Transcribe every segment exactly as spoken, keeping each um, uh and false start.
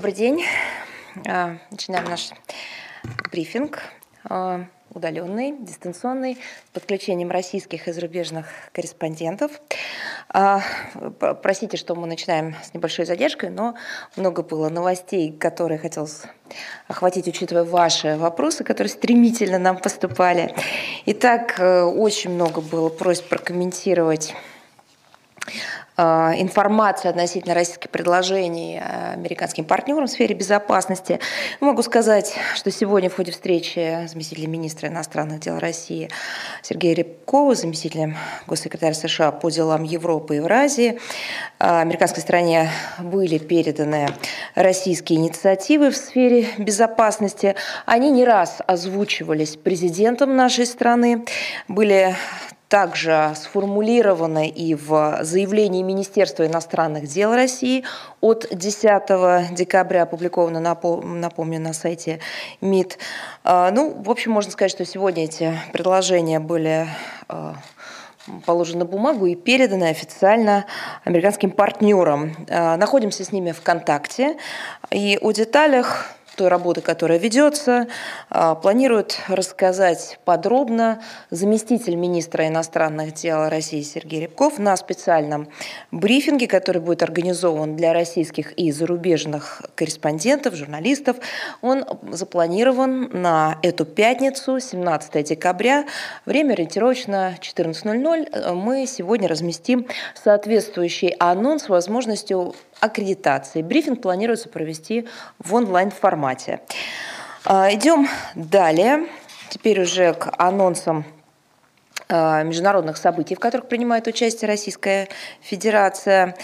Добрый день. Начинаем наш брифинг, удаленный, дистанционный, с подключением российских и зарубежных корреспондентов. Простите, что мы начинаем с небольшой задержкой, но много было новостей, которые хотелось охватить, учитывая ваши вопросы, которые стремительно нам поступали. Итак, очень много было просьб прокомментировать информацию относительно российских предложений американским партнерам в сфере безопасности. Могу сказать, что сегодня в ходе встречи заместителя министра иностранных дел России Сергея Рябкова, заместителем госсекретаря США по делам Европы и Евразии, американской стороне были переданы российские инициативы в сфере безопасности. Они не раз озвучивались президентом нашей страны, были также сформулированы и в заявлении Министерства иностранных дел России от десятого декабря, опубликовано, напомню, на сайте МИД. Ну, в общем, можно сказать, что сегодня эти предложения были положены на бумагу и переданы официально американским партнерам. Находимся с ними в контакте, и о деталях той работы, которая ведется, планирует рассказать подробно заместитель министра иностранных дел России Сергей Рябков на специальном брифинге, который будет организован для российских и зарубежных корреспондентов, журналистов. Он запланирован на эту пятницу, семнадцатое декабря. Время ориентировочно четырнадцать ноль ноль. Мы сегодня разместим соответствующий анонс с возможностью аккредитации. Брифинг планируется провести в онлайн-формате. Идем далее. Теперь уже к анонсам международных событий, в которых принимает участие Российская Федерация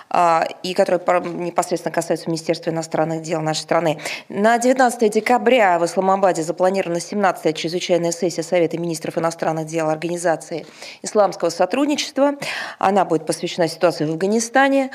и которые непосредственно касаются Министерства иностранных дел нашей страны. На девятнадцатое декабря в Исламабаде запланирована семнадцатая чрезвычайная сессия Совета министров иностранных дел Организации исламского сотрудничества. Она будет посвящена ситуации в Афганистане.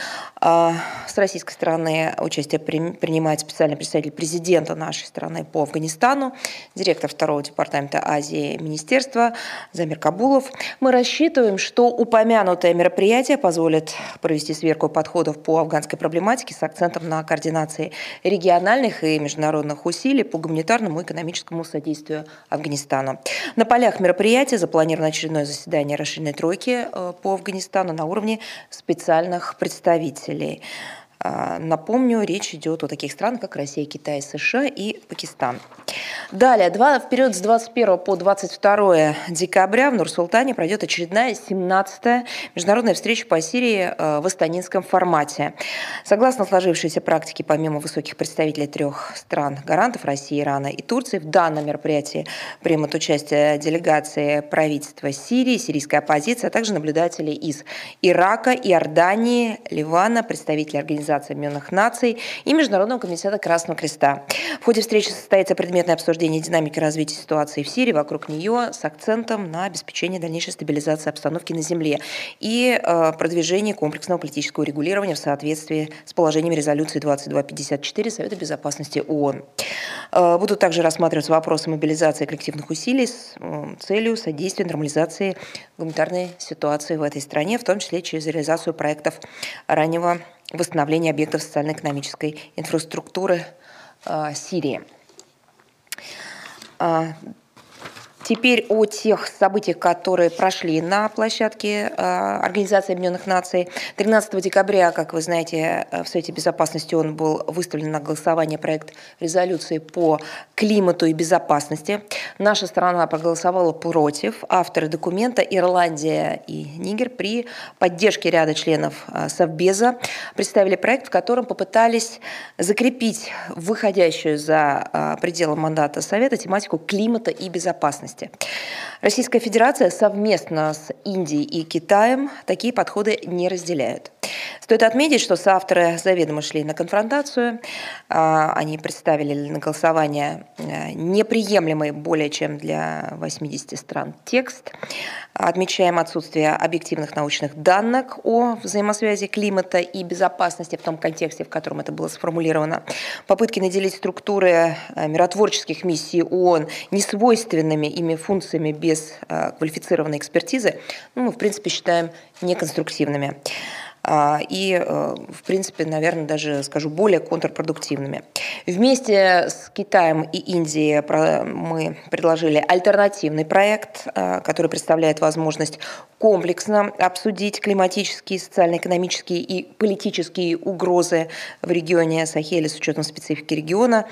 С российской стороны участие принимает специальный представитель президента нашей страны по Афганистану, директор второго департамента Азии Министерства Замир Кабулов. Мы рассчитываем, что упомянутое мероприятие позволит провести сверку подходов по афганской проблематике с акцентом на координации региональных и международных усилий по гуманитарному и экономическому содействию Афганистану. На полях мероприятия запланировано очередное заседание расширенной тройки по Афганистану на уровне специальных представителей. Напомню, речь идет о таких странах, как Россия, Китай, США и Пакистан. Далее, два, в период с двадцать первого по двадцать второе декабря в Нур-Султане пройдет очередная семнадцатая международная встреча по Сирии в астанинском формате. Согласно сложившейся практике, помимо высоких представителей трех стран-гарантов России, Ирана и Турции, в данном мероприятии примут участие делегации правительства Сирии, сирийской оппозиции, а также наблюдатели из Ирака, Иордании, Ливана, представители Организации Объединенных Наций и Международного комитета Красного Креста. В ходе встречи состоится предметное обсуждение динамики развития ситуации в Сирии, вокруг нее с акцентом на обеспечение дальнейшей стабилизации обстановки на земле и э, продвижение комплексного политического регулирования в соответствии с положениями резолюции двадцать два пятьдесят четыре Совета Безопасности ООН. Э, будут также рассматриваться вопросы мобилизации коллективных усилий с э, целью содействия нормализации гуманитарной ситуации в этой стране, в том числе через реализацию проектов раннего восстановления объектов социально-экономической инфраструктуры э, Сирии. Э, Теперь о тех событиях, которые прошли на площадке Организации Объединенных Наций. тринадцатого декабря, как вы знаете, в Совете Безопасности он был выставлен на голосование проект резолюции по климату и безопасности. Наша страна проголосовала против. Авторы документа Ирландия и Нигер при поддержке ряда членов Совбеза представили проект, в котором попытались закрепить выходящую за пределы мандата Совета тематику климата и безопасности. Российская Федерация совместно с Индией и Китаем такие подходы не разделяют. Стоит отметить, что соавторы заведомо шли на конфронтацию. Они представили на голосование неприемлемый более чем для восьмидесяти стран текст. Отмечаем отсутствие объективных научных данных о взаимосвязи климата и безопасности в том контексте, в котором это было сформулировано. Попытки наделить структуры миротворческих миссий ООН несвойственными ими функциями без квалифицированной экспертизы, ну, мы, в принципе, считаем неконструктивными. и, в принципе, наверное, даже, скажу, более контрпродуктивными. Вместе с Китаем и Индией мы предложили альтернативный проект, который представляет возможность комплексно обсудить климатические, социально-экономические и политические угрозы в регионе Сахеля с учетом специфики региона,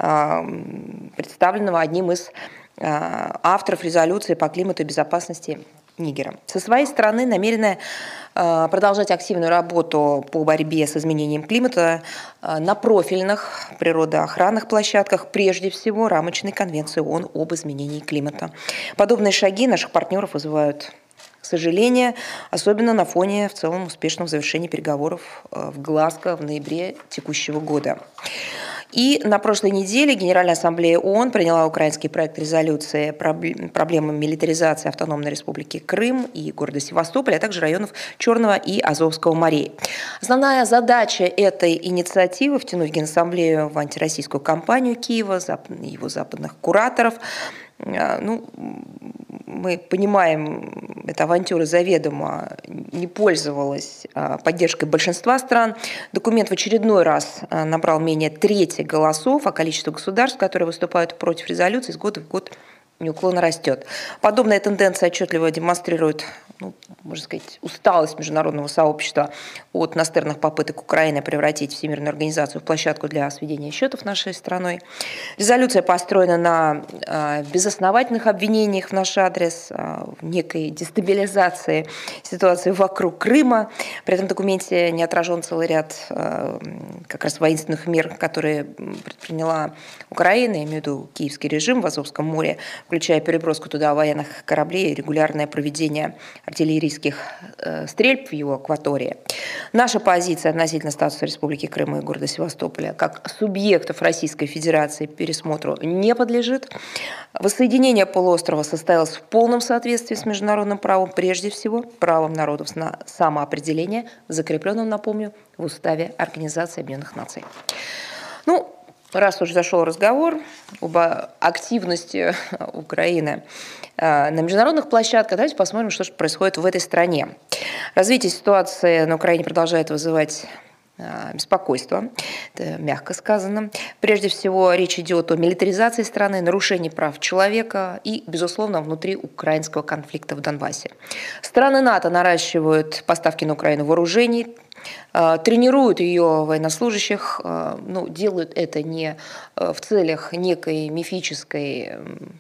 представленного одним из авторов резолюции по климату и безопасности Нигера. Со своей стороны намерены продолжать активную работу по борьбе с изменением климата на профильных природоохранных площадках, прежде всего рамочной конвенции ООН об изменении климата. Подобные шаги наших партнеров вызывают сожаление, особенно на фоне в целом успешного завершения переговоров в Глазго в ноябре текущего года. И на прошлой неделе Генеральная ассамблея ООН приняла украинский проект резолюции проблемам милитаризации Автономной Республики Крым и города Севастополя, а также районов Черного и Азовского морей. Основная задача этой инициативы – втянуть Генассамблею в антироссийскую кампанию Киева, его западных кураторов. Ну, мы понимаем, эта авантюра заведомо не пользовалась поддержкой большинства стран. Документ в очередной раз набрал менее трети голосов, а количество государств, которые выступают против резолюции, с года в год неуклонно растет. Подобная тенденция отчетливо демонстрирует, ну, можно сказать, усталость международного сообщества от настырных попыток Украины превратить Всемирную организацию в площадку для сведения счетов нашей страной. Резолюция построена на э, безосновательных обвинениях в наш адрес, э, в некой дестабилизации ситуации вокруг Крыма. При этом в документе не отражен целый ряд э, как раз воинственных мер, которые предприняла Украина, я имею в виду киевский режим в Азовском море, включая переброску туда военных кораблей и регулярное проведение артиллерийских э, стрельб в его акватории. Наша позиция относительно статуса Республики Крым и города Севастополя как субъектов Российской Федерации пересмотру не подлежит. Воссоединение полуострова состоялось в полном соответствии с международным правом, прежде всего правом народов на самоопределение, закрепленным, напомню, в Уставе Организации Объединенных Наций. Ну, раз уж зашел разговор об активности Украины на международных площадках, давайте посмотрим, что же происходит в этой стране. Развитие ситуации на Украине продолжает вызывать беспокойство, это мягко сказано. Прежде всего, речь идет о милитаризации страны, нарушении прав человека и, безусловно, внутри украинского конфликта в Донбассе. Страны НАТО наращивают поставки на Украину вооружений, тренируют ее военнослужащих, ну, делают это не в целях некой мифической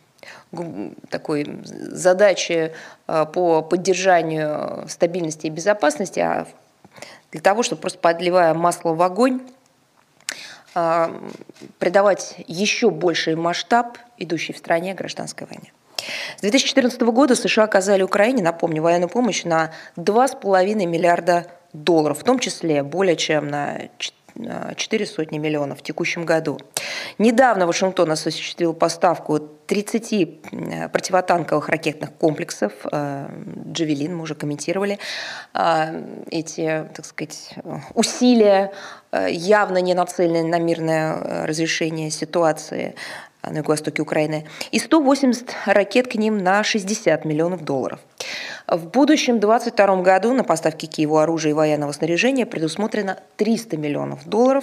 такой задачи по поддержанию стабильности и безопасности, а для того, чтобы просто подливая масло в огонь, придавать еще больший масштаб идущей в стране гражданской войне. С две тысячи четырнадцатого года США оказали Украине, напомню, военную помощь на два с половиной миллиарда долларов, в том числе более чем на четыре сотни миллионов в текущем году. Недавно Вашингтон осуществил поставку тридцати противотанковых ракетных комплексов «Джавелин», мы уже комментировали эти, так сказать, усилия, явно не нацеленные на мирное разрешение ситуации на юго-востоке Украины, и сто восемьдесят ракет к ним на шестьдесят миллионов долларов. В будущем, в две тысячи двадцать втором году, на поставки Киеву оружия и военного снаряжения предусмотрено триста миллионов долларов.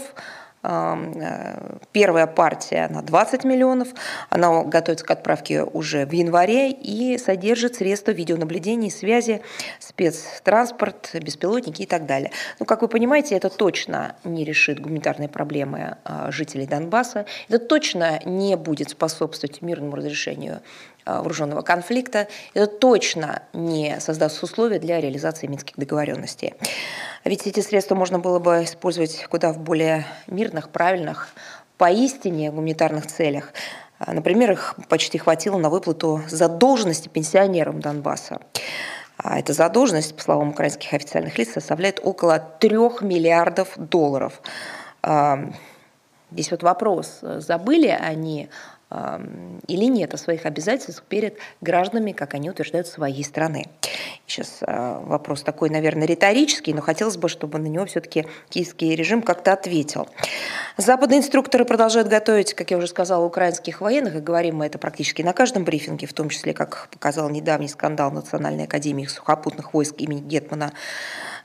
Первая партия на двадцать миллионов, она готовится к отправке уже в январе и содержит средства видеонаблюдения и связи, спецтранспорт, беспилотники и так далее. Ну, как вы понимаете, это точно не решит гуманитарные проблемы жителей Донбасса, это точно не будет способствовать мирному разрешению вооруженного конфликта, это точно не создаст условия для реализации минских договоренностей. Ведь эти средства можно было бы использовать куда в более мирных, правильных, поистине гуманитарных целях. Например, их почти хватило на выплату задолженности пенсионерам Донбасса. А эта задолженность, по словам украинских официальных лиц, составляет около трёх миллиардов долларов. Здесь вот вопрос, забыли они или нет о своих обязательствах перед гражданами, как они утверждают, своей страны. Сейчас вопрос такой, наверное, риторический, но хотелось бы, чтобы на него все-таки киевский режим как-то ответил. Западные инструкторы продолжают готовить, как я уже сказала, украинских военных, и говорим мы это практически на каждом брифинге, в том числе, как показал недавний скандал Национальной академии сухопутных войск имени Гетмана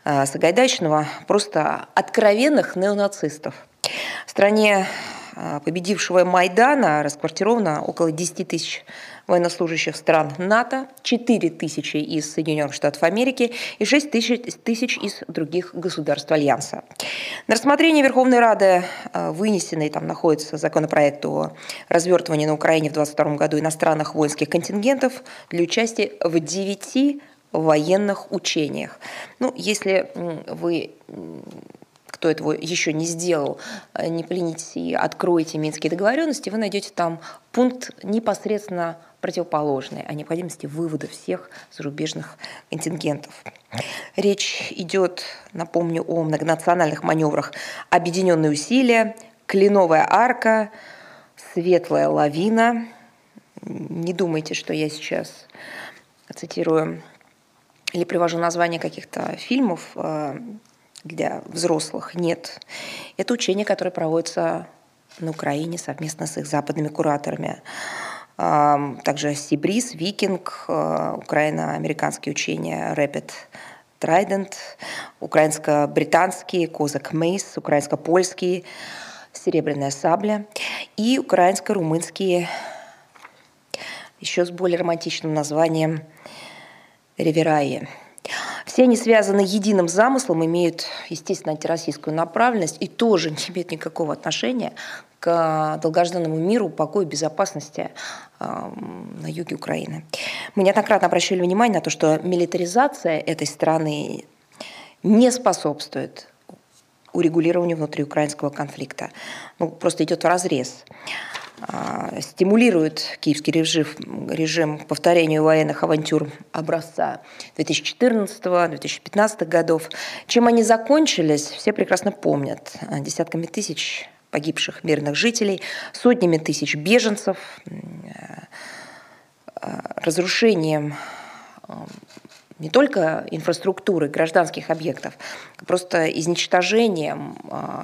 Сагайдачного просто откровенных неонацистов. В стране победившего Майдана расквартировано около десяти тысяч военнослужащих стран НАТО, четыре тысячи из Соединенных Штатов Америки и шесть тысяч из других государств Альянса. На рассмотрении Верховной Рады вынесенный там находится законопроект о развертывании на Украине в две тысячи двадцать втором году иностранных воинских контингентов для участия в девяти военных учениях. Ну, если вы, кто этого еще не сделал, не поленитесь и откроете Минские договоренности, вы найдете там пункт непосредственно противоположный о необходимости вывода всех зарубежных контингентов. Речь идет, напомню, о многонациональных маневрах «Объединенные усилия», «Кленовая арка», «Светлая лавина». Не думайте, что я сейчас цитирую или привожу названия каких-то фильмов для взрослых. Нет. Это учение, которое проводится на Украине совместно с их западными кураторами. Также Сибрис, Викинг, украино-американские учения Rapid Trident, украинско-британские Козак Мейс, украинско-польские Серебряная сабля и украинско-румынские еще с более романтичным названием Ревераи. Все они связаны единым замыслом, имеют, естественно, антироссийскую направленность и тоже не имеют никакого отношения к долгожданному миру, покою, безопасности э, на юге Украины. Мы неоднократно обращали внимание на то, что милитаризация этой страны не способствует урегулированию внутриукраинского конфликта. Ну, просто идет вразрез. Стимулирует киевский режим, режим к повторению военных авантюр образца две тысячи четырнадцатого — две тысячи пятнадцатого годов. Чем они закончились, все прекрасно помнят. Десятками тысяч погибших мирных жителей, сотнями тысяч беженцев, разрушением не только инфраструктуры, гражданских объектов, просто изничтожением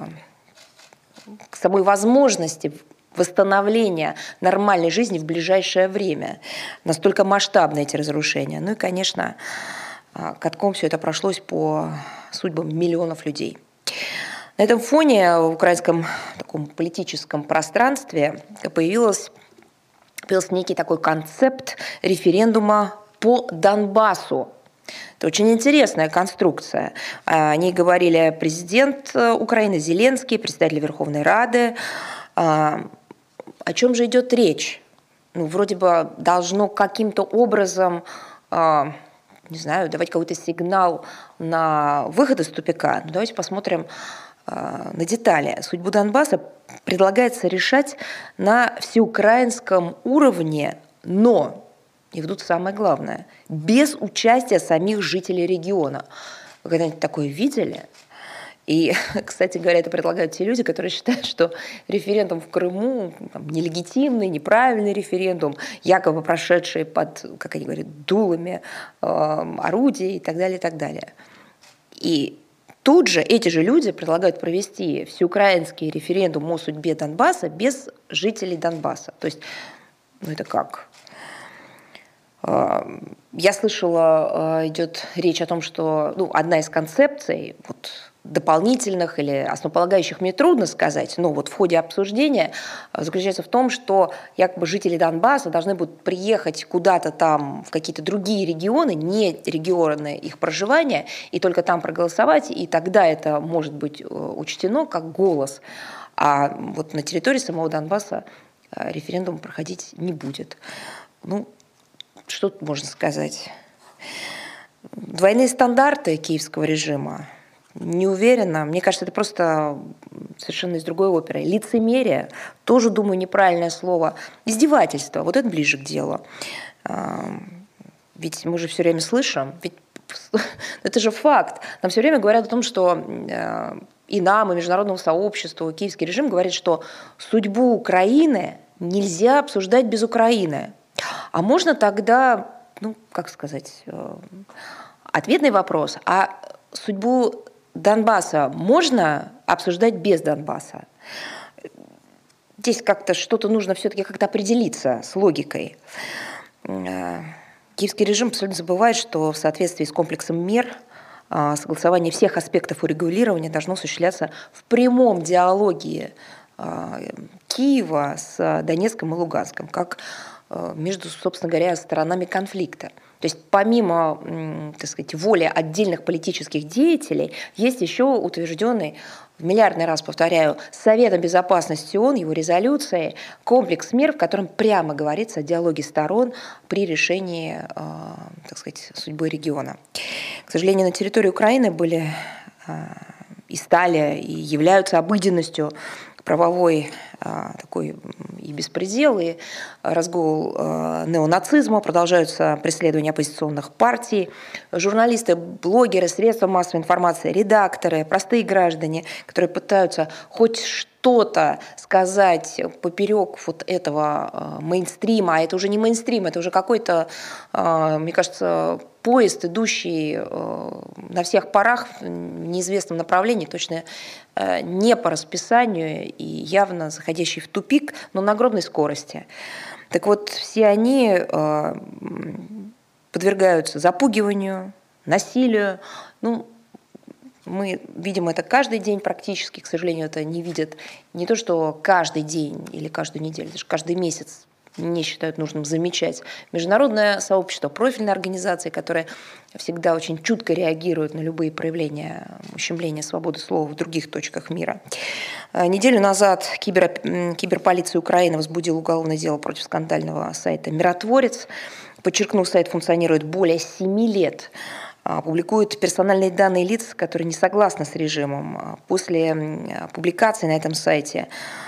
самой возможности восстановления нормальной жизни в ближайшее время. Настолько масштабны эти разрушения. Ну и, конечно, катком все это прошлось по судьбам миллионов людей. На этом фоне в украинском таком политическом пространстве появилось, появился некий такой концепт референдума по Донбассу. Это очень интересная конструкция. О ней говорили президент Украины Зеленский, председатель Верховной Рады. О чем же идет речь? Ну, вроде бы должно каким-то образом, не знаю, давать какой-то сигнал на выход из тупика. Но давайте посмотрим на детали. Судьбу Донбасса предлагается решать на всеукраинском уровне, но, и тут самое главное, без участия самих жителей региона. Вы когда-нибудь такое видели? И, кстати говоря, это предлагают те люди, которые считают, что референдум в Крыму там, нелегитимный, неправильный референдум, якобы прошедший под, как они говорят, дулами э, орудий и так далее, и так далее. И тут же эти же люди предлагают провести всеукраинский референдум о судьбе Донбасса без жителей Донбасса. То есть, ну это как? Я слышала, идет речь о том, что ну, одна из концепций вот, дополнительных или основополагающих, мне трудно сказать, но вот в ходе обсуждения заключается в том, что якобы жители Донбасса должны будут приехать куда-то там в какие-то другие регионы, не регионы их проживания, и только там проголосовать, и тогда это может быть учтено как голос. А вот на территории самого Донбасса референдум проходить не будет. Ну, что тут можно сказать? Двойные стандарты киевского режима. Не уверена. Мне кажется, это просто совершенно из другой оперы. Лицемерие, тоже, думаю, неправильное слово. Издевательство, вот это ближе к делу. Ведь мы же все время слышим, ведь это же факт. Нам все время говорят о том, что и нам, и международному сообществу, киевский режим говорит, что судьбу Украины нельзя обсуждать без Украины. А можно тогда, ну, как сказать, ответный вопрос, а судьбу Донбасса можно обсуждать без Донбасса? Здесь как-то что-то нужно все-таки как-то определиться с логикой. Киевский режим абсолютно забывает, что в соответствии с комплексом мер согласование всех аспектов урегулирования должно осуществляться в прямом диалоге Киева с Донецком и Луганском, как между, собственно говоря, сторонами конфликта. То есть помимо, так сказать, воли отдельных политических деятелей, есть еще утвержденный, в миллиардный раз повторяю, Советом Безопасности ООН, его резолюцией, комплекс мер, в котором прямо говорится о диалоге сторон при решении, так сказать, судьбы региона. К сожалению, на территории Украины были и стали, и являются обыденностью правовой такой и беспредел, и разгул неонацизма, продолжаются преследования оппозиционных партий, журналисты, блогеры, средства массовой информации, редакторы, простые граждане, которые пытаются хоть что-то сказать поперек вот этого мейнстрима, а это уже не мейнстрим, это уже какой-то, мне кажется, поезд, идущий на всех парах в неизвестном направлении, точно не по расписанию и явно заходящий в тупик, но на огромной скорости. Так вот, все они подвергаются запугиванию, насилию. Ну, мы видим это каждый день практически, к сожалению, это не видят не то, что каждый день или каждую неделю, даже каждый месяц не считают нужным замечать. Международное сообщество, профильные организации, которые всегда очень чутко реагируют на любые проявления ущемления свободы слова в других точках мира. Неделю назад кибер, киберполиция Украины возбудила уголовное дело против скандального сайта «Миротворец». Подчеркну, сайт функционирует более семи лет. Публикует персональные данные лиц, которые не согласны с режимом. После публикации на этом сайте,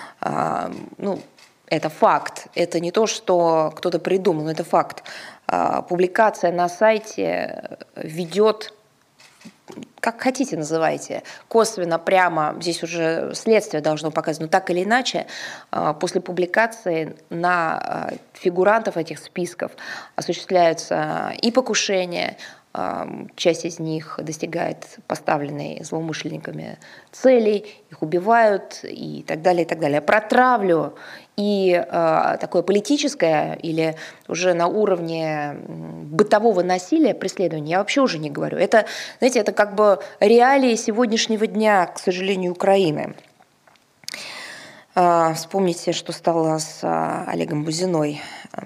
ну, это факт, это не то, что кто-то придумал, но это факт. Публикация на сайте ведет, как хотите называйте, косвенно, прямо, здесь уже следствие должно показать, но так или иначе, после публикации на фигурантов этих списков осуществляются и покушения, часть из них достигает поставленной злоумышленниками целей, их убивают и так далее, и так далее. Про травлю и э, такое политическое или уже на уровне бытового насилия, преследования я вообще уже не говорю. Это, знаете, это как бы реалии сегодняшнего дня, к сожалению, Украины. Э, вспомните, что стало с э, Олегом Бузиной.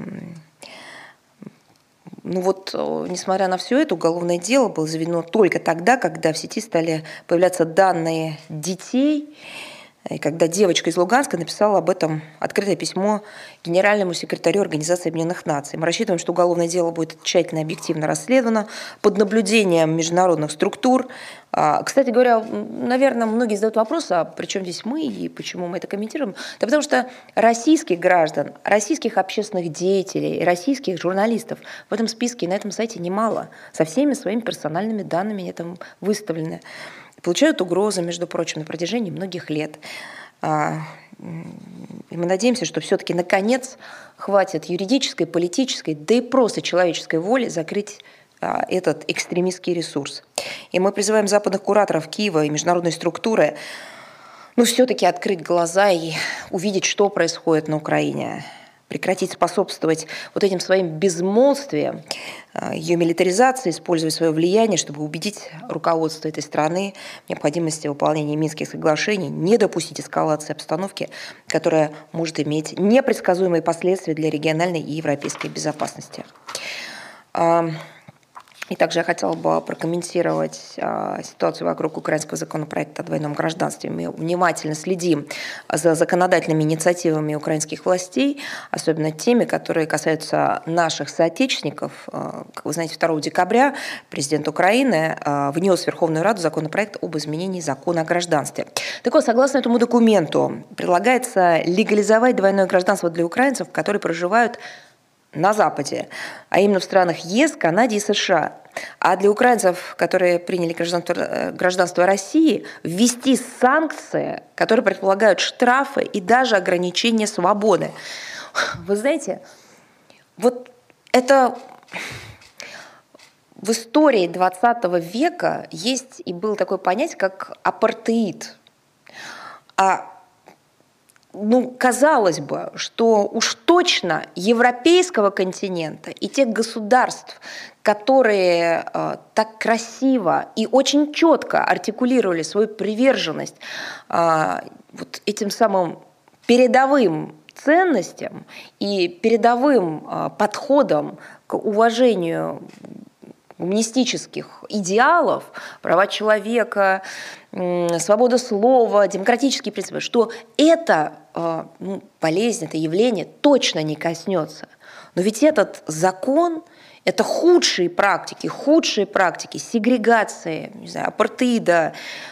Ну вот, несмотря на все это, уголовное дело было заведено только тогда, когда в сети стали появляться данные детей, и когда девочка из Луганска написала об этом открытое письмо генеральному секретарю Организации Объединенных Наций. Мы рассчитываем, что уголовное дело будет тщательно и объективно расследовано под наблюдением международных структур. Кстати говоря, наверное, многие задают вопрос, а при чем здесь мы и почему мы это комментируем? Да потому что российских граждан, российских общественных деятелей, российских журналистов в этом списке, на этом сайте немало. Со всеми своими персональными данными они там выставлены. Получают угрозы, между прочим, на протяжении многих лет. И мы надеемся, что все-таки наконец хватит юридической, политической, да и просто человеческой воли закрыть этот экстремистский ресурс. И мы призываем западных кураторов Киева и международные структуры, ну, все-таки открыть глаза и увидеть, что происходит на Украине. Прекратить способствовать вот этим своим безмолвствием, ее милитаризации, использовать свое влияние, чтобы убедить руководство этой страны в необходимости выполнения Минских соглашений, не допустить эскалации обстановки, которая может иметь непредсказуемые последствия для региональной и европейской безопасности. И также я хотела бы прокомментировать а, ситуацию вокруг украинского законопроекта о двойном гражданстве. Мы внимательно следим за законодательными инициативами украинских властей, особенно теми, которые касаются наших соотечественников. А, как вы знаете, второго декабря президент Украины а, внес в Верховную Раду законопроект об изменении закона о гражданстве. Так вот, согласно этому документу, предлагается легализовать двойное гражданство для украинцев, которые проживают на Западе, а именно в странах ЕС, Канаде и США. А для украинцев, которые приняли гражданство, гражданство России, ввести санкции, которые предполагают штрафы и даже ограничение свободы. Вы знаете, вот это в истории двадцатого века есть и было такое понятие, как апартеид. А ну, казалось бы, что уж точно европейского континента и тех государств, которые э, так красиво и очень четко артикулировали свою приверженность э, вот этим самым передовым ценностям и передовым э, подходам к уважению гуманистических идеалов, права человека, свобода слова, демократические принципы, что это ну, болезнь, это явление точно не коснется. Но ведь этот закон – это худшие практики, худшие практики сегрегации, не знаю, апартеида,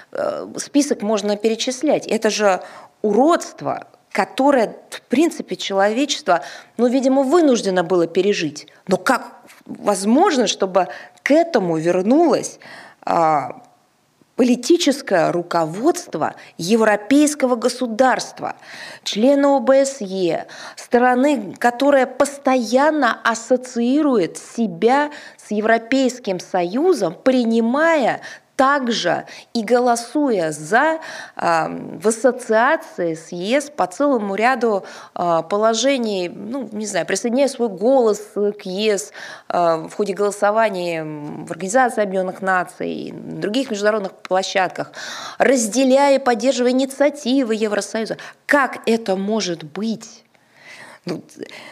список можно перечислять. Это же уродство, которое, в принципе, человечество, ну, видимо, вынуждено было пережить. Но как возможно, чтобы к этому вернулось а, политическое руководство европейского государства, члена О Б С Е, страны, которая постоянно ассоциирует себя с Европейским Союзом, принимая также и голосуя за э, в ассоциации с Е С по целому ряду э, положений, ну, не знаю, присоединяя свой голос к Е С э, в ходе голосования в Организации Объединенных Наций, на других международных площадках, разделяя и поддерживая инициативы Евросоюза. Как это может быть? Ну,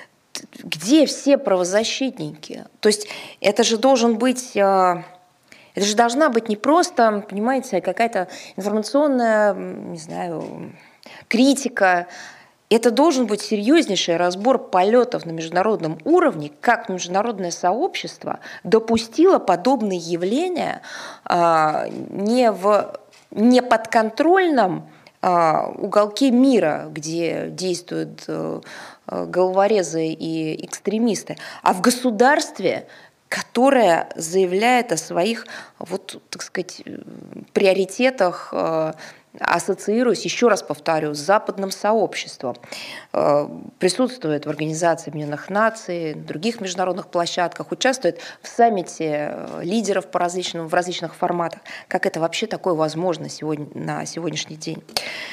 где все правозащитники? То есть это же должен быть... Э, Это же должна быть не просто, понимаете, какая-то информационная, не знаю, критика. Это должен быть серьезнейший разбор полетов на международном уровне, как международное сообщество допустило подобные явления а, не в неподконтрольном а, уголке мира, где действуют а, головорезы и экстремисты, а в государстве, которая заявляет о своих, вот, так сказать, приоритетах, ассоциируясь, еще раз повторю, с западным сообществом, присутствует в Организации Объединенных Наций, других международных площадках, участвует в саммите лидеров по различным, в различных форматах. Как это вообще такое возможно сегодня, на сегодняшний день?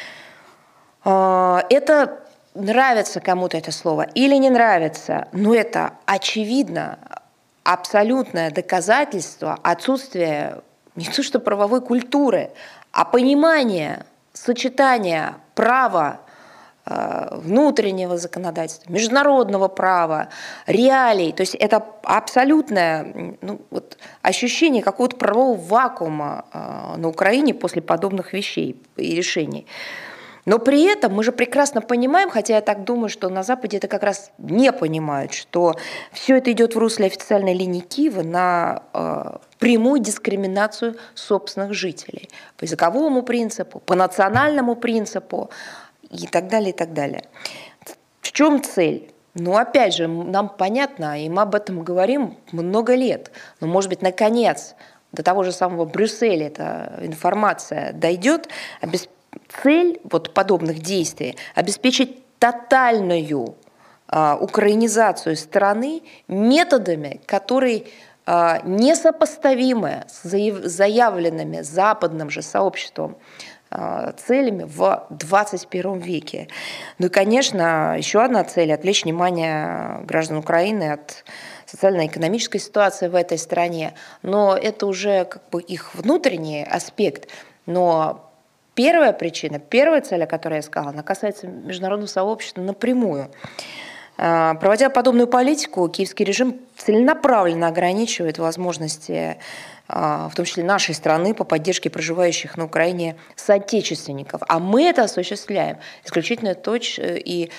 Это нравится кому-то это слово или не нравится, но это очевидно абсолютное доказательство отсутствия не то что правовой культуры, а понимания, сочетания права, внутреннего законодательства, международного права, реалий. То есть это абсолютное, ну, вот, ощущение какого-то правового вакуума на Украине после подобных вещей и решений. Но при этом мы же прекрасно понимаем, хотя я так думаю, что на Западе это как раз не понимают, что все это идет в русле официальной линии Киева на э, прямую дискриминацию собственных жителей по языковому принципу, по национальному принципу и так далее, и так далее. В чем цель? Ну, опять же, нам понятно, и мы об этом говорим много лет, но, может быть, наконец, до того же самого Брюсселя эта информация дойдет, обеспечить цель вот подобных действий – обеспечить тотальную а, украинизацию страны методами, которые а, несопоставимы с заявленными западным же сообществом а, целями в двадцать первом веке. Ну и, конечно, еще одна цель – отвлечь внимание граждан Украины от социально-экономической ситуации в этой стране. Но это уже как бы их внутренний аспект. Но первая причина, первая цель, о которой я сказала, она касается международного сообщества напрямую. Проводя подобную политику, киевский режим целенаправленно ограничивает возможности, в том числе нашей страны, по поддержке проживающих на Украине соотечественников. А мы это осуществляем исключительно точно и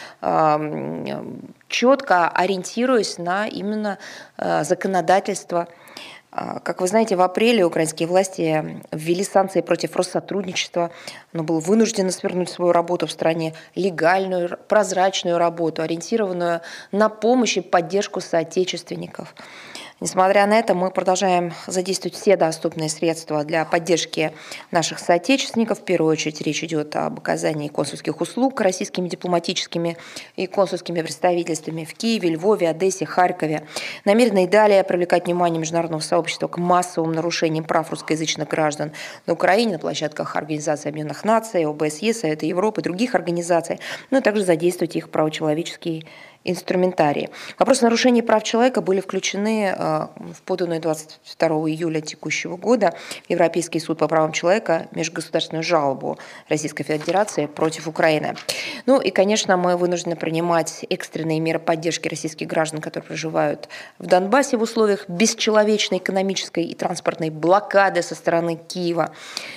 четко ориентируясь на именно законодательство. Как вы знаете, в апреле украинские власти ввели санкции против Россотрудничества. Оно было вынуждено свернуть свою работу в стране, легальную, прозрачную работу, ориентированную на помощь и поддержку соотечественников. Несмотря на это, мы продолжаем задействовать все доступные средства для поддержки наших соотечественников. В первую очередь речь идет об оказании консульских услуг российскими дипломатическими и консульскими представительствами в Киеве, Львове, Одессе, Харькове. Намерены и далее привлекать внимание международного сообщества к массовым нарушениям прав русскоязычных граждан на Украине, на площадках Организации Объединенных Наций, О Бэ Эс Е, Совета Европы и других организаций, ну и также задействовать их правочеловеческие инструментарии. Вопросы нарушений прав человека были включены в поданную двадцать второго июля текущего года в Европейский суд по правам человека межгосударственную жалобу Российской Федерации против Украины. Ну и, конечно, мы вынуждены принимать экстренные меры поддержки российских граждан, которые проживают в Донбассе в условиях бесчеловечной экономической и транспортной блокады со стороны Киева.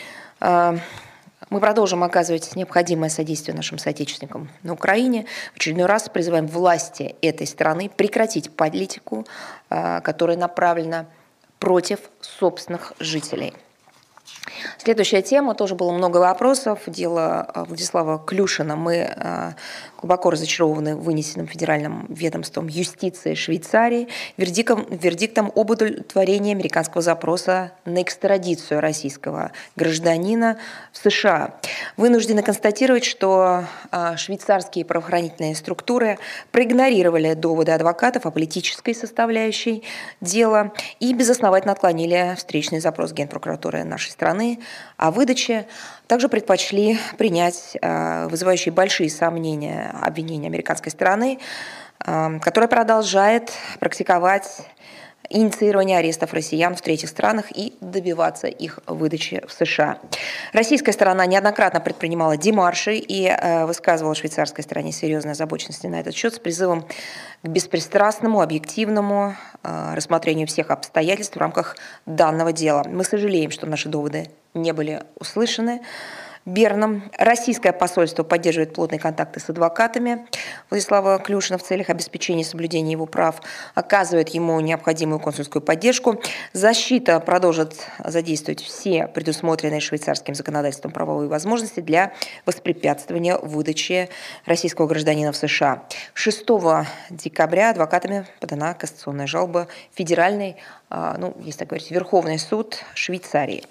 Мы продолжим оказывать необходимое содействие нашим соотечественникам на Украине. В очередной раз призываем власти этой страны прекратить политику, которая направлена против собственных жителей. Следующая тема, тоже было много вопросов. Дело Владислава Клюшина. Мы глубоко разочарованы вынесенным федеральным ведомством юстиции Швейцарии вердиктом, вердиктом об удовлетворении американского запроса на экстрадицию российского гражданина в США. Вынуждены констатировать, что швейцарские правоохранительные структуры проигнорировали доводы адвокатов о политической составляющей дела и безосновательно отклонили встречный запрос Генпрокуратуры нашей страны о выдаче. Также предпочли принять вызывающие большие сомнения обвинения американской стороны, которая продолжает практиковать инициирование арестов россиян в третьих странах и добиваться их выдачи в США. Российская сторона неоднократно предпринимала демарши и высказывала швейцарской стороне серьезные озабоченности на этот счет с призывом к беспристрастному, объективному рассмотрению всех обстоятельств в рамках данного дела. Мы сожалеем, что наши доводы не были услышаны Берном. Российское посольство поддерживает плотные контакты с адвокатами Владислава Клюшина в целях обеспечения соблюдения его прав, оказывает ему необходимую консульскую поддержку. Защита продолжит задействовать все предусмотренные швейцарским законодательством правовые возможности для воспрепятствования выдачи российского гражданина в США. шестого декабря адвокатами подана кассационная жалоба в Федеральный, ну, если так говорить, Верховный суд Швейцарии.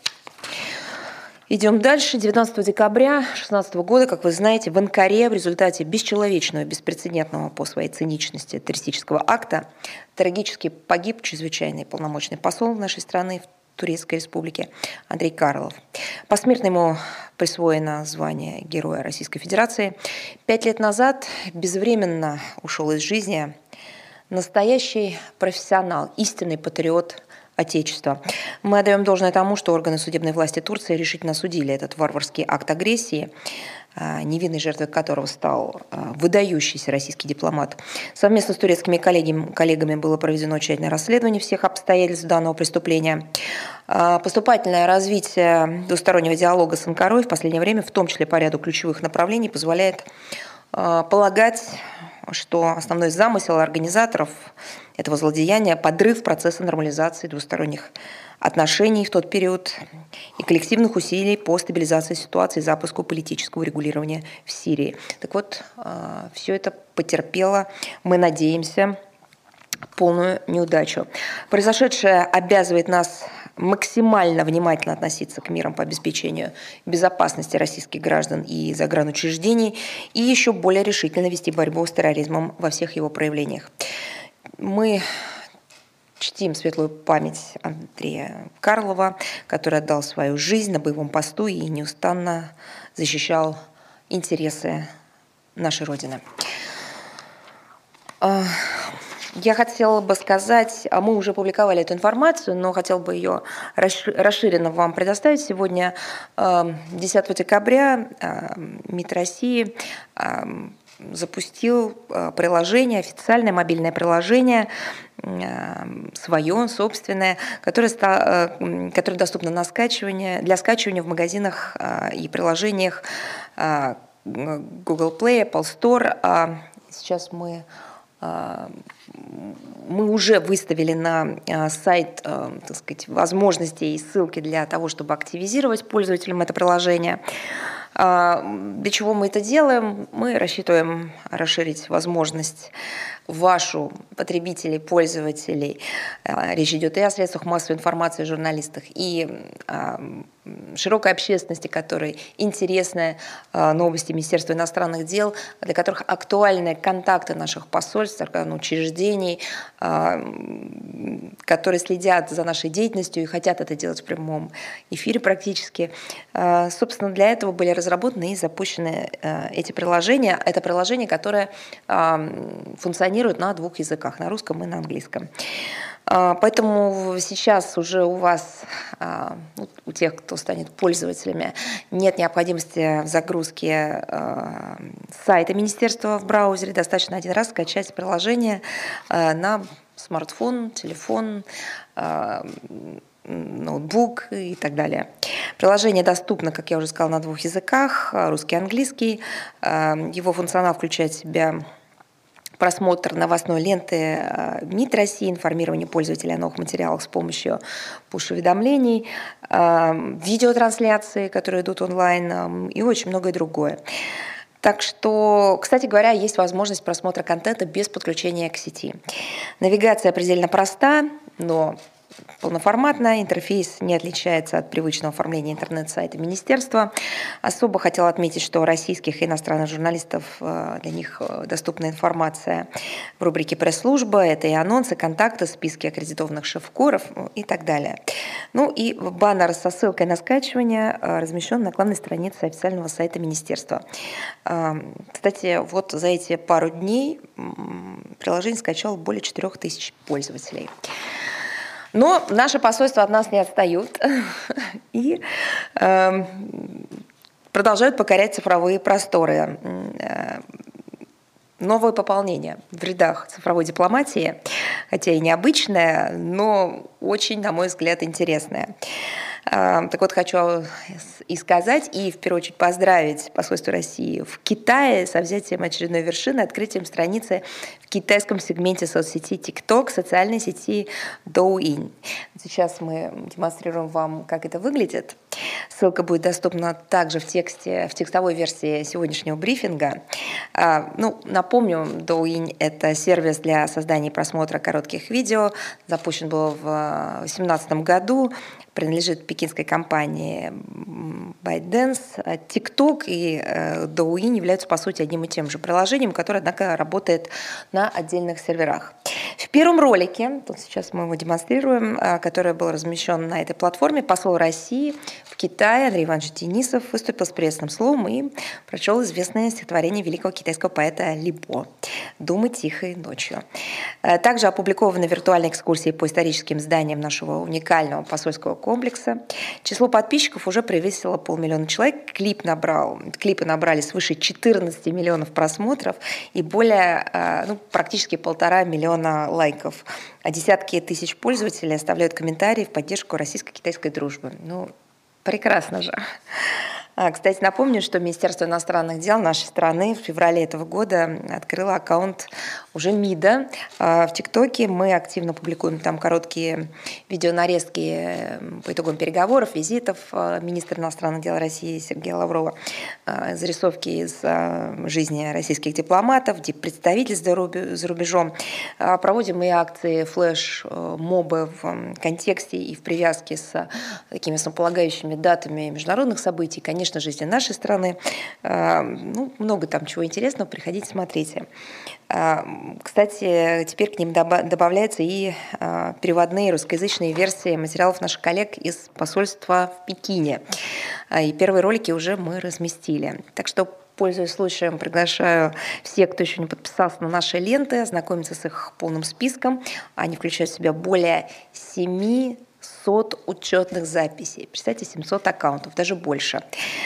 Идем дальше. девятнадцатого декабря две тысячи шестнадцатого года, как вы знаете, в Анкаре в результате бесчеловечного, беспрецедентного по своей циничности террористического акта трагически погиб чрезвычайный полномочный посол нашей страны в Турецкой Республике Андрей Карлов. Посмертно ему присвоено звание Героя Российской Федерации. Пять лет назад безвременно ушел из жизни настоящий профессионал, истинный патриот Отечества. Мы отдаем должное тому, что органы судебной власти Турции решительно осудили этот варварский акт агрессии, невинной жертвой которого стал выдающийся российский дипломат. Совместно с турецкими коллегами, коллегами было проведено тщательное расследование всех обстоятельств данного преступления. Поступательное развитие двустороннего диалога с Анкарой в последнее время, в том числе по ряду ключевых направлений, позволяет полагать, что основной замысел организаторов этого злодеяния – подрыв процесса нормализации двусторонних отношений в тот период и коллективных усилий по стабилизации ситуации и запуску политического регулирования в Сирии. Так вот, все это потерпело, мы надеемся, полную неудачу. Произошедшее обязывает нас максимально внимательно относиться к мерам по обеспечению безопасности российских граждан и загранучреждений и еще более решительно вести борьбу с терроризмом во всех его проявлениях. Мы чтим светлую память Андрея Карлова, который отдал свою жизнь на боевом посту и неустанно защищал интересы нашей Родины. Я хотела бы сказать, мы уже публиковали эту информацию, но хотела бы ее расширенно вам предоставить. Сегодня, десятого декабря, МИД России запустил приложение, официальное мобильное приложение, свое, собственное, которое, которое доступно на скачивание, для скачивания в магазинах и приложениях Google Play, Apple Store. Сейчас мы... Мы уже выставили на сайт, так сказать, возможности и ссылки для того, чтобы активизировать пользователям это приложение. Для чего мы это делаем? Мы рассчитываем расширить возможность вашу, потребителей, пользователей, речь идет и о средствах массовой информации, журналистах, и широкой общественности, которой интересны новости Министерства иностранных дел, для которых актуальны контакты наших посольств, учреждений, которые следят за нашей деятельностью и хотят это делать в прямом эфире практически. Собственно, для этого были разработаны и запущены эти приложения. Это приложение, которое функционирует на двух языках, на русском и на английском. Поэтому сейчас уже у вас, у тех, кто станет пользователями, нет необходимости в загрузке сайта министерства в браузере. Достаточно один раз скачать приложение на смартфон, телефон, ноутбук и так далее. Приложение доступно, как я уже сказала, на двух языках, русский и английский. Его функционал включает в себя просмотр новостной ленты МИД России, информирование пользователей о новых материалах с помощью пуш-уведомлений, видеотрансляции, которые идут онлайн, и очень многое другое. Так что, кстати говоря, есть возможность просмотра контента без подключения к сети. Навигация предельно проста, но полноформатная, интерфейс не отличается от привычного оформления интернет-сайта министерства. Особо хотела отметить, что российских и иностранных журналистов, для них доступна информация в рубрике «Пресс-служба». Это и анонсы, контакты, списки аккредитованных шеф-коров и так далее. Ну и баннер со ссылкой на скачивание размещен на главной странице официального сайта министерства. Кстати, вот за эти пару дней приложение скачало более четырёх тысяч пользователей. Но наши посольства от нас не отстают и э, продолжают покорять цифровые просторы. Новое пополнение в рядах цифровой дипломатии, хотя и необычное, но очень, на мой взгляд, интересное. Так вот, хочу и сказать, и в первую очередь поздравить посольство России в Китае со взятием очередной вершины, открытием страницы в китайском сегменте соцсети TikTok, социальной сети Douyin. Сейчас мы демонстрируем вам, как это выглядит. Ссылка будет доступна также в тексте, в текстовой версии сегодняшнего брифинга. Ну, напомню, Douyin — это сервис для создания и просмотра коротких видео. Запущен был в две тысячи восемнадцатом году. Принадлежит пекинской компании ByteDance. TikTok и Douyin являются, по сути, одним и тем же приложением, которое, однако, работает на отдельных серверах. В первом ролике, тут сейчас мы его демонстрируем, который был размещен на этой платформе, посол России в Китае Андрей Иванович Денисов выступил с приветственным словом и прочел известное стихотворение великого китайского поэта Ли Бо «Думы тихой ночью». Также опубликованы виртуальные экскурсии по историческим зданиям нашего уникального посольского комплекса. Число подписчиков уже превысило полмиллиона человек. Клип набрал, клипы набрали свыше четырнадцати миллионов просмотров и более, ну, практически полтора миллиона лайков. А десятки тысяч пользователей оставляют комментарии в поддержку российско-китайской дружбы. Ну, прекрасно же. Кстати, напомню, что Министерство иностранных дел нашей страны в феврале этого года открыло аккаунт уже МИДа в ТикТоке. Мы активно публикуем там короткие видеонарезки по итогам переговоров, визитов министра иностранных дел России Сергея Лаврова, зарисовки из жизни российских дипломатов, представительств за рубежом. Проводим и акции флеш-мобы в контексте и в привязке с такими основополагающими датами международных событий, конечно, жизни нашей страны. Ну, много там чего интересного, приходите, смотрите. Кстати, теперь к ним добавляются и переводные русскоязычные версии материалов наших коллег из посольства в Пекине. И первые ролики уже мы разместили. Так что, пользуясь случаем, приглашаю всех, кто еще не подписался на наши ленты, ознакомиться с их полным списком. Они включают в себя более семи семьсот учетных записей. Представьте, семьсот аккаунтов, даже больше.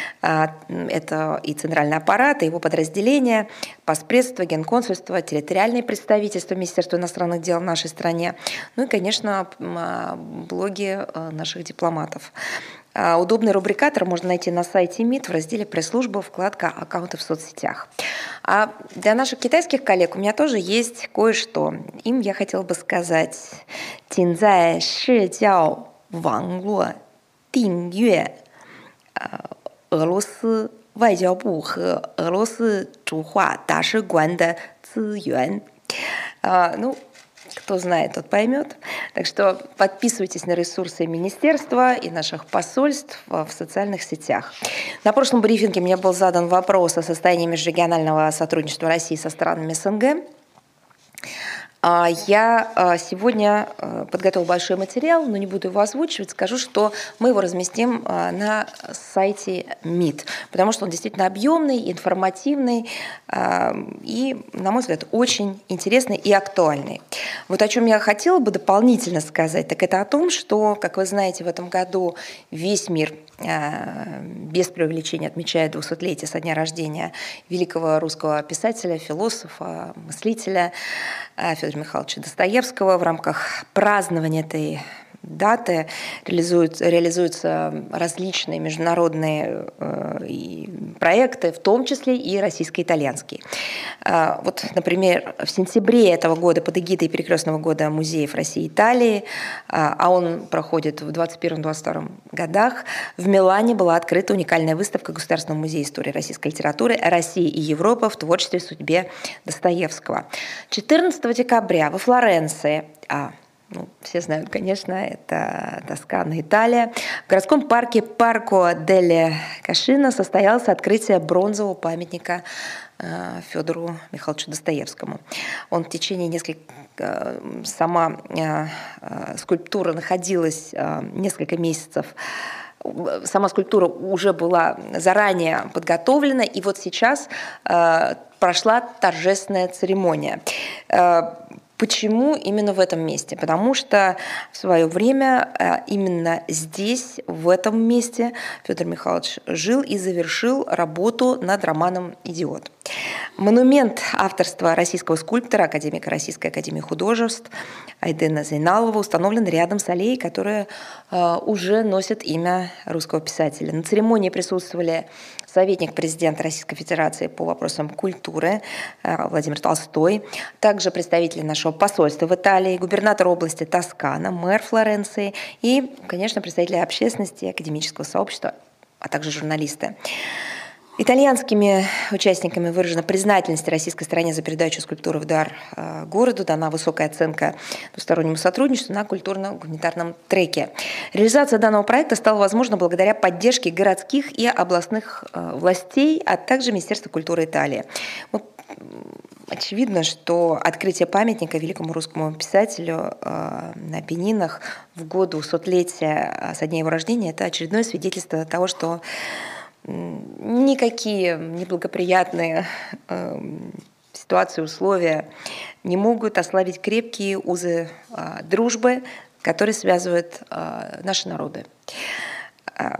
Это и центральный аппарат, и его подразделения, поспредство, генконсульство, территориальные представительства Министерства иностранных дел в нашей стране, ну и, конечно, блоги наших дипломатов. Удобный рубрикатор можно найти на сайте МИД в разделе «Пресс-служба», вкладка «Аккаунты в соцсетях». А для наших китайских коллег у меня тоже есть кое-что. Им я хотела бы сказать: «Тинзай ши джао ванглуо динг юэ俄罗斯外交部和俄罗斯驻华大使馆的资源. Ну, кто знает, тот поймет. Так что подписывайтесь на ресурсы министерства и наших посольств в социальных сетях. На прошлом брифинге мне был задан вопрос о состоянии межрегионального сотрудничества России со странами СНГ. Я сегодня подготовила большой материал, но не буду его озвучивать. Скажу, что мы его разместим на сайте МИД, потому что он действительно объемный, информативный и, на мой взгляд, очень интересный и актуальный. Вот о чем я хотела бы дополнительно сказать, так это о том, что, как вы знаете, в этом году весь мир без преувеличения отмечает двухсотлетие со дня рождения великого русского писателя, философа, мыслителя Федора Михайловича Достоевского. В рамках празднования этой даты реализуются, реализуются различные международные э, проекты, в том числе и российско-итальянские. Э, вот, например, в сентябре этого года под эгидой Перекрестного года музеев России и Италии, э, а он проходит в двадцать первом — двадцать втором годах, в Милане была открыта уникальная выставка Государственного музея истории российской литературы «Россия и Европа в творчестве и судьбе Достоевского». четырнадцатого декабря во Флоренции, а, ну, все знают, конечно, это Тоскана, Италия. В городском парке Парко делле Кашино состоялось открытие бронзового памятника э, Федору Михайловичу Достоевскому. Он в течение нескольких... Э, сама э, э, скульптура находилась э, несколько месяцев. Сама скульптура уже была заранее подготовлена, и вот сейчас э, прошла торжественная церемония. Э, Почему именно в этом месте? Потому что в свое время именно здесь, в этом месте, Федор Михайлович жил и завершил работу над романом «Идиот». Монумент авторства российского скульптора, академика Российской академии художеств Айдена Зейналова установлен рядом с аллеей, которая уже носит имя русского писателя. На церемонии присутствовали советник президента Российской Федерации по вопросам культуры Владимир Толстой, также представители нашего посольства в Италии, губернатор области Тоскана, мэр Флоренции и, конечно, представители общественности, академического сообщества, а также журналисты. Итальянскими участниками выражена признательность российской стороне за передачу скульптуры в дар городу, дана высокая оценка двустороннему сотрудничеству на культурно-гуманитарном треке. Реализация данного проекта стала возможна благодаря поддержке городских и областных властей, а также Министерства культуры Италии. Очевидно, что открытие памятника великому русскому писателю на Апеннинах в год двухсотлетия со дня его рождения – это очередное свидетельство того, что никакие неблагоприятные э, ситуации, условия не могут ослабить крепкие узы э, дружбы, которые связывают э, наши народы. Э,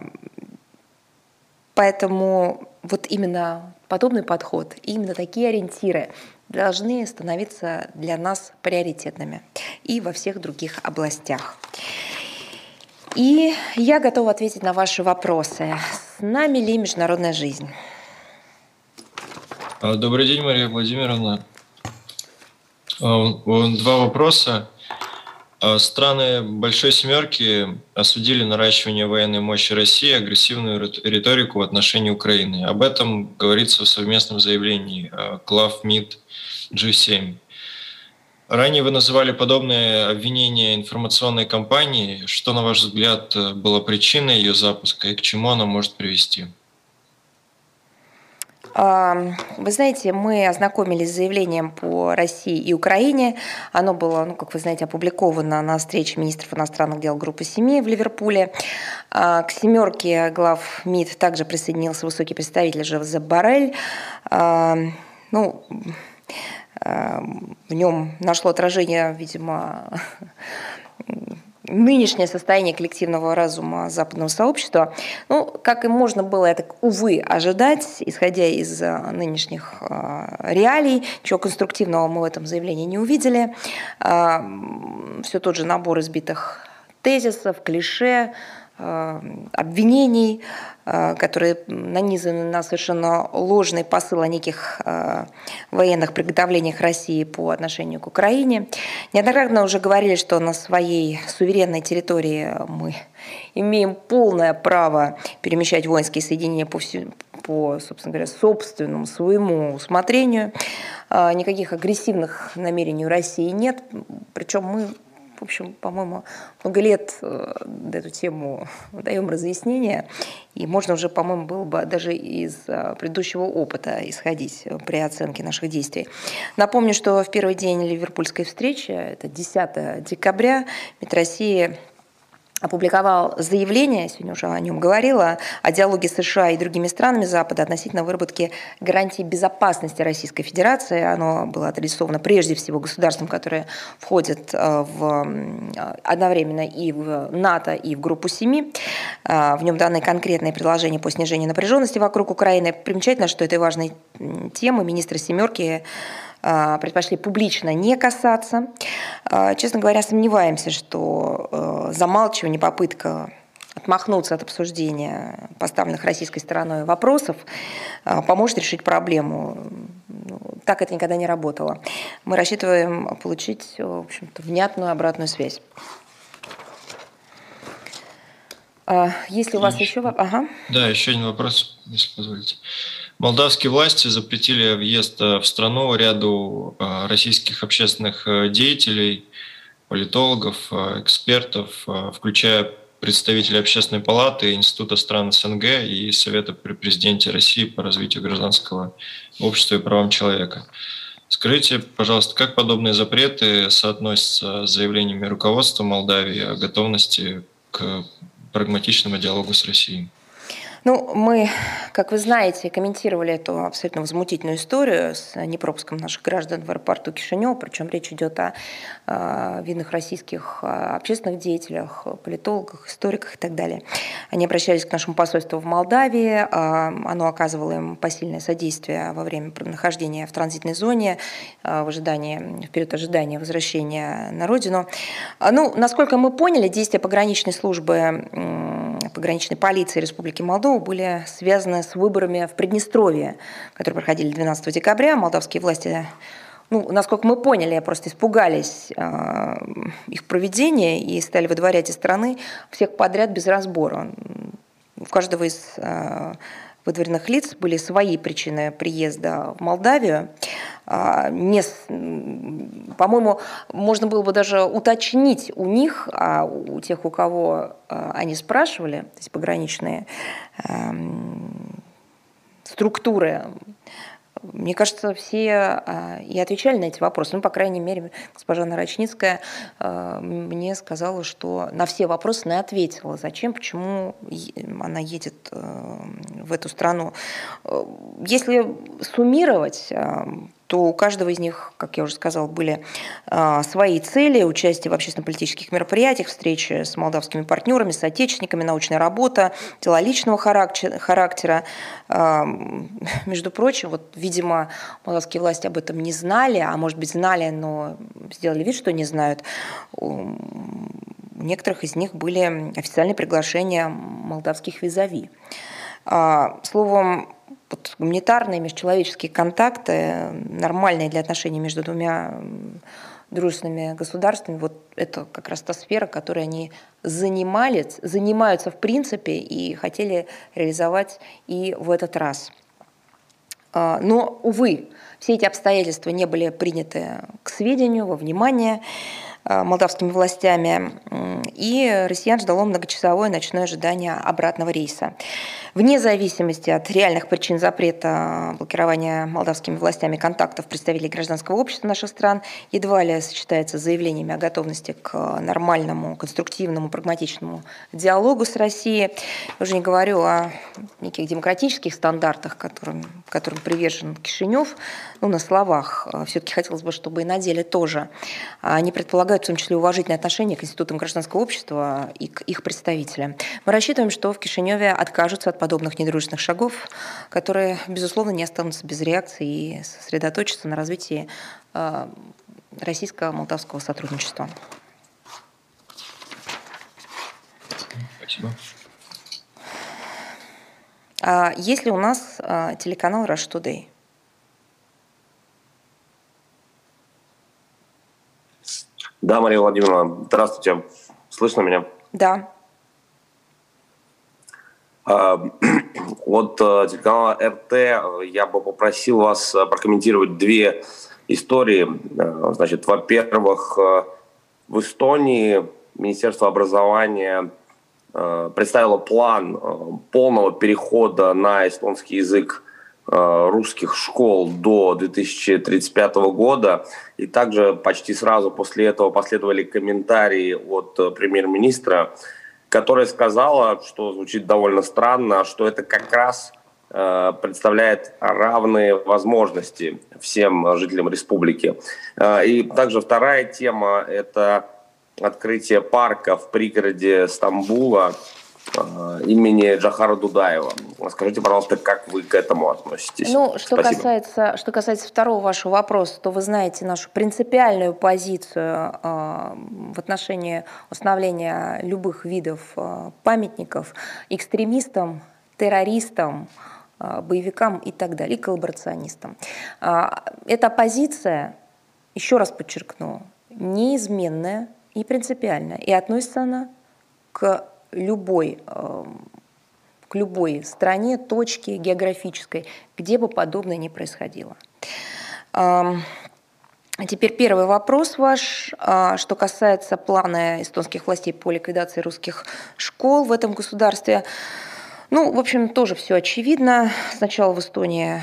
поэтому вот именно подобный подход, именно такие ориентиры должны становиться для нас приоритетными и во всех других областях. И я готова ответить на ваши вопросы. С нами ли международная жизнь? Добрый день, Мария Владимировна. Два вопроса. Страны Большой Семерки осудили наращивание военной мощи России и агрессивную риторику в отношении Украины. Об этом говорится в совместном заявлении глав МИД джи семь. Ранее вы называли подобные обвинения информационной кампании. Что, на ваш взгляд, было причиной ее запуска и к чему она может привести? Вы знаете, мы ознакомились с заявлением по России и Украине. Оно было, ну, как вы знаете, опубликовано на встрече министров иностранных дел Группы семи в Ливерпуле. К семерке глав МИД также присоединился высокий представитель Жозеп Боррель. Ну, в нем нашло отражение, видимо, нынешнее состояние коллективного разума западного сообщества. Ну, как и можно было это, увы, ожидать, исходя из нынешних реалий, чего конструктивного мы в этом заявлении не увидели. Все тот же набор избитых тезисов, клише, обвинений, которые нанизаны на совершенно ложный посыл о неких военных приготовлениях России по отношению к Украине. Неоднократно уже говорили, что на своей суверенной территории мы имеем полное право перемещать воинские соединения по, всю, по собственно говоря, собственному своему усмотрению. Никаких агрессивных намерений у России нет. Причем мы, в общем, по-моему, много лет эту тему даем разъяснения, и можно уже, по-моему, было бы даже из предыдущего опыта исходить при оценке наших действий. Напомню, что в первый день Ливерпульской встречи, это десятое декабря, МИД России опубликовал заявление, сегодня уже о нем говорила, о диалоге с США и другими странами Запада относительно выработки гарантий безопасности Российской Федерации. Оно было адресовано прежде всего государствам, которые входят в, одновременно и в НАТО, и в группу семи. В нем даны конкретные предложения по снижению напряженности вокруг Украины. Примечательно, что этой важной темы министры «семерки» предпочли публично не касаться. Честно говоря, сомневаемся, что замалчивание, попытка отмахнуться от обсуждения поставленных российской стороной вопросов поможет решить проблему. Так это никогда не работало. Мы рассчитываем получить, в общем-то, внятную обратную связь. Если у вас еще... еще... Ага. Да, еще один вопрос, если позволите. Молдавские власти запретили въезд в страну ряду российских общественных деятелей, политологов, экспертов, включая представителей Общественной палаты, Института стран СНГ и Совета при президенте России по развитию гражданского общества и правам человека. Скажите, пожалуйста, как подобные запреты соотносятся с заявлениями руководства Молдавии о готовности к прагматичному диалогу с Россией? Ну, мы, как вы знаете, комментировали эту абсолютно возмутительную историю с непропуском наших граждан в аэропорту Кишинев, причем речь идет о, о видных российских общественных деятелях, политологах, историках и так далее. Они обращались к нашему посольству в Молдавии, оно оказывало им посильное содействие во время нахождения в транзитной зоне, в ожидании, в период ожидания возвращения на родину. Ну, насколько мы поняли, действия пограничной службы, пограничной полиции Республики Молдова были связаны с выборами в Приднестровье, которые проходили двенадцатого декабря. Молдавские власти, ну, насколько мы поняли, просто испугались э, их проведения и стали выдворять из страны всех подряд без разбора. У каждого из э, выдворенных лиц были свои причины приезда в Молдавию. Не, по-моему, можно было бы даже уточнить у них, а у тех, у кого они спрашивали, то есть пограничные э, структуры, мне кажется, все и отвечали на эти вопросы. Ну, по крайней мере, госпожа Нарочницкая мне сказала, что на все вопросы она ответила. Зачем, почему она едет в эту страну. Если суммировать, то у каждого из них, как я уже сказала, были свои цели: участие в общественно-политических мероприятиях, встречи с молдавскими партнерами, с отечественниками, научная работа, дела личного характера. Между прочим, вот, видимо, молдавские власти об этом не знали, а может быть знали, но сделали вид, что не знают. У некоторых из них были официальные приглашения молдавских визави. Словом, вот гуманитарные межчеловеческие контакты, нормальные для отношений между двумя дружественными государствами, вот это как раз та сфера, которой они занимались, занимаются в принципе и хотели реализовать и в этот раз. Но, увы, все эти обстоятельства не были приняты к сведению, во внимание молдавскими властями, и россиян ждало многочасовое ночное ожидание обратного рейса. Вне зависимости от реальных причин запрета блокирования молдавскими властями контактов представителей гражданского общества наших стран едва ли сочетается с заявлениями о готовности к нормальному, конструктивному, прагматичному диалогу с Россией. Я уже не говорю о неких демократических стандартах, которым, которым привержен Кишинев. Ну, на словах. Все-таки хотелось бы, чтобы и на деле тоже. Они предполагают в том числе уважительное отношение к институтам гражданского общества и к их представителям. Мы рассчитываем, что в Кишиневе откажутся от подобных недружественных шагов, которые, безусловно, не останутся без реакции и сосредоточатся на развитии российско-молдавского сотрудничества. Спасибо. А есть ли у нас а, телеканал Russia Today? Да, Мария Владимировна, здравствуйте. Слышно меня? Да. А, вот телеканал эр тэ, я бы попросил вас прокомментировать две истории. Значит, во-первых, в Эстонии Министерство образования представило план полного перехода на эстонский язык русских школ до две тысячи тридцать пятого года. И также почти сразу после этого последовали комментарии от премьер-министра, которая сказала, что звучит довольно странно, что это как раз э, представляет равные возможности всем жителям республики. Э, и также вторая тема – это открытие парка в пригороде Стамбула э, имени Джохара Дудаева. Скажите, пожалуйста, как вы к этому относитесь? Ну, что Спасибо. касается, что касается второго вашего вопроса, то вы знаете нашу принципиальную позицию э, в отношении установления любых видов э, памятников экстремистам, террористам, э, боевикам и так далее, и коллаборационистам. Э, эта позиция, еще раз подчеркну, неизменная и принципиальная, и относится она к любой э, к любой стране, точке географической, где бы подобное ни происходило. А теперь первый вопрос ваш, что касается плана эстонских властей по ликвидации русских школ в этом государстве. Ну, в общем, тоже все очевидно. Сначала в Эстонии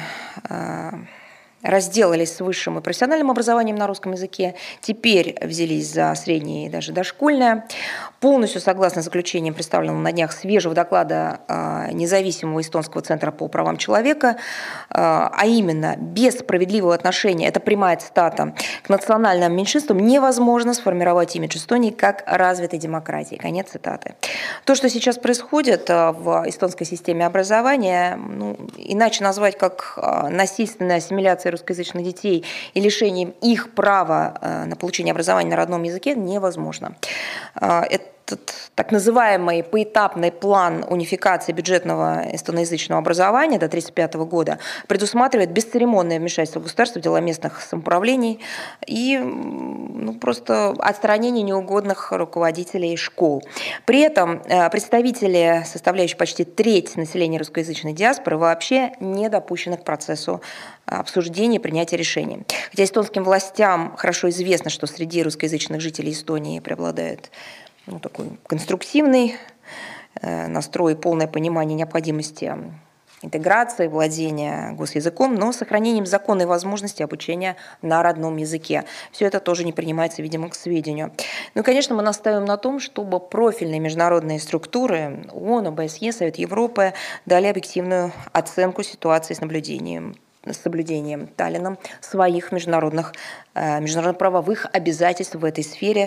разделались с высшим и профессиональным образованием на русском языке, теперь взялись за среднее и даже дошкольное. Полностью согласно заключениям, представленным на днях свежего доклада независимого эстонского центра по правам человека, а именно без справедливого отношения, это прямая цитата, к национальным меньшинствам невозможно сформировать имидж Эстонии как развитой демократии. Конец цитаты. То, что сейчас происходит в эстонской системе образования, ну, иначе назвать как насильственная ассимиляция русскоязычных детей и лишением их права на получение образования на родном языке невозможно. Этот так называемый поэтапный план унификации бюджетного эстоноязычного образования до тысяча девятьсот тридцать пятого года предусматривает бесцеремонное вмешательство государства в дела местных самоуправлений и ну, просто отстранение неугодных руководителей школ. При этом представители, составляющие почти треть населения русскоязычной диаспоры, вообще не допущены к процессу обсуждения и принятия решений. Хотя эстонским властям хорошо известно, что среди русскоязычных жителей Эстонии преобладает ну, такой конструктивный э, настрой, полное понимание необходимости интеграции, владения госязыком, но с сохранением законной возможности обучения на родном языке. Все это тоже не принимается, видимо, к сведению. Ну и, конечно, мы настаиваем на том, чтобы профильные международные структуры ООН, о бэ эс е, Совет Европы дали объективную оценку ситуации с наблюдением с соблюдением Таллином своих международных, международно-правовых обязательств в этой сфере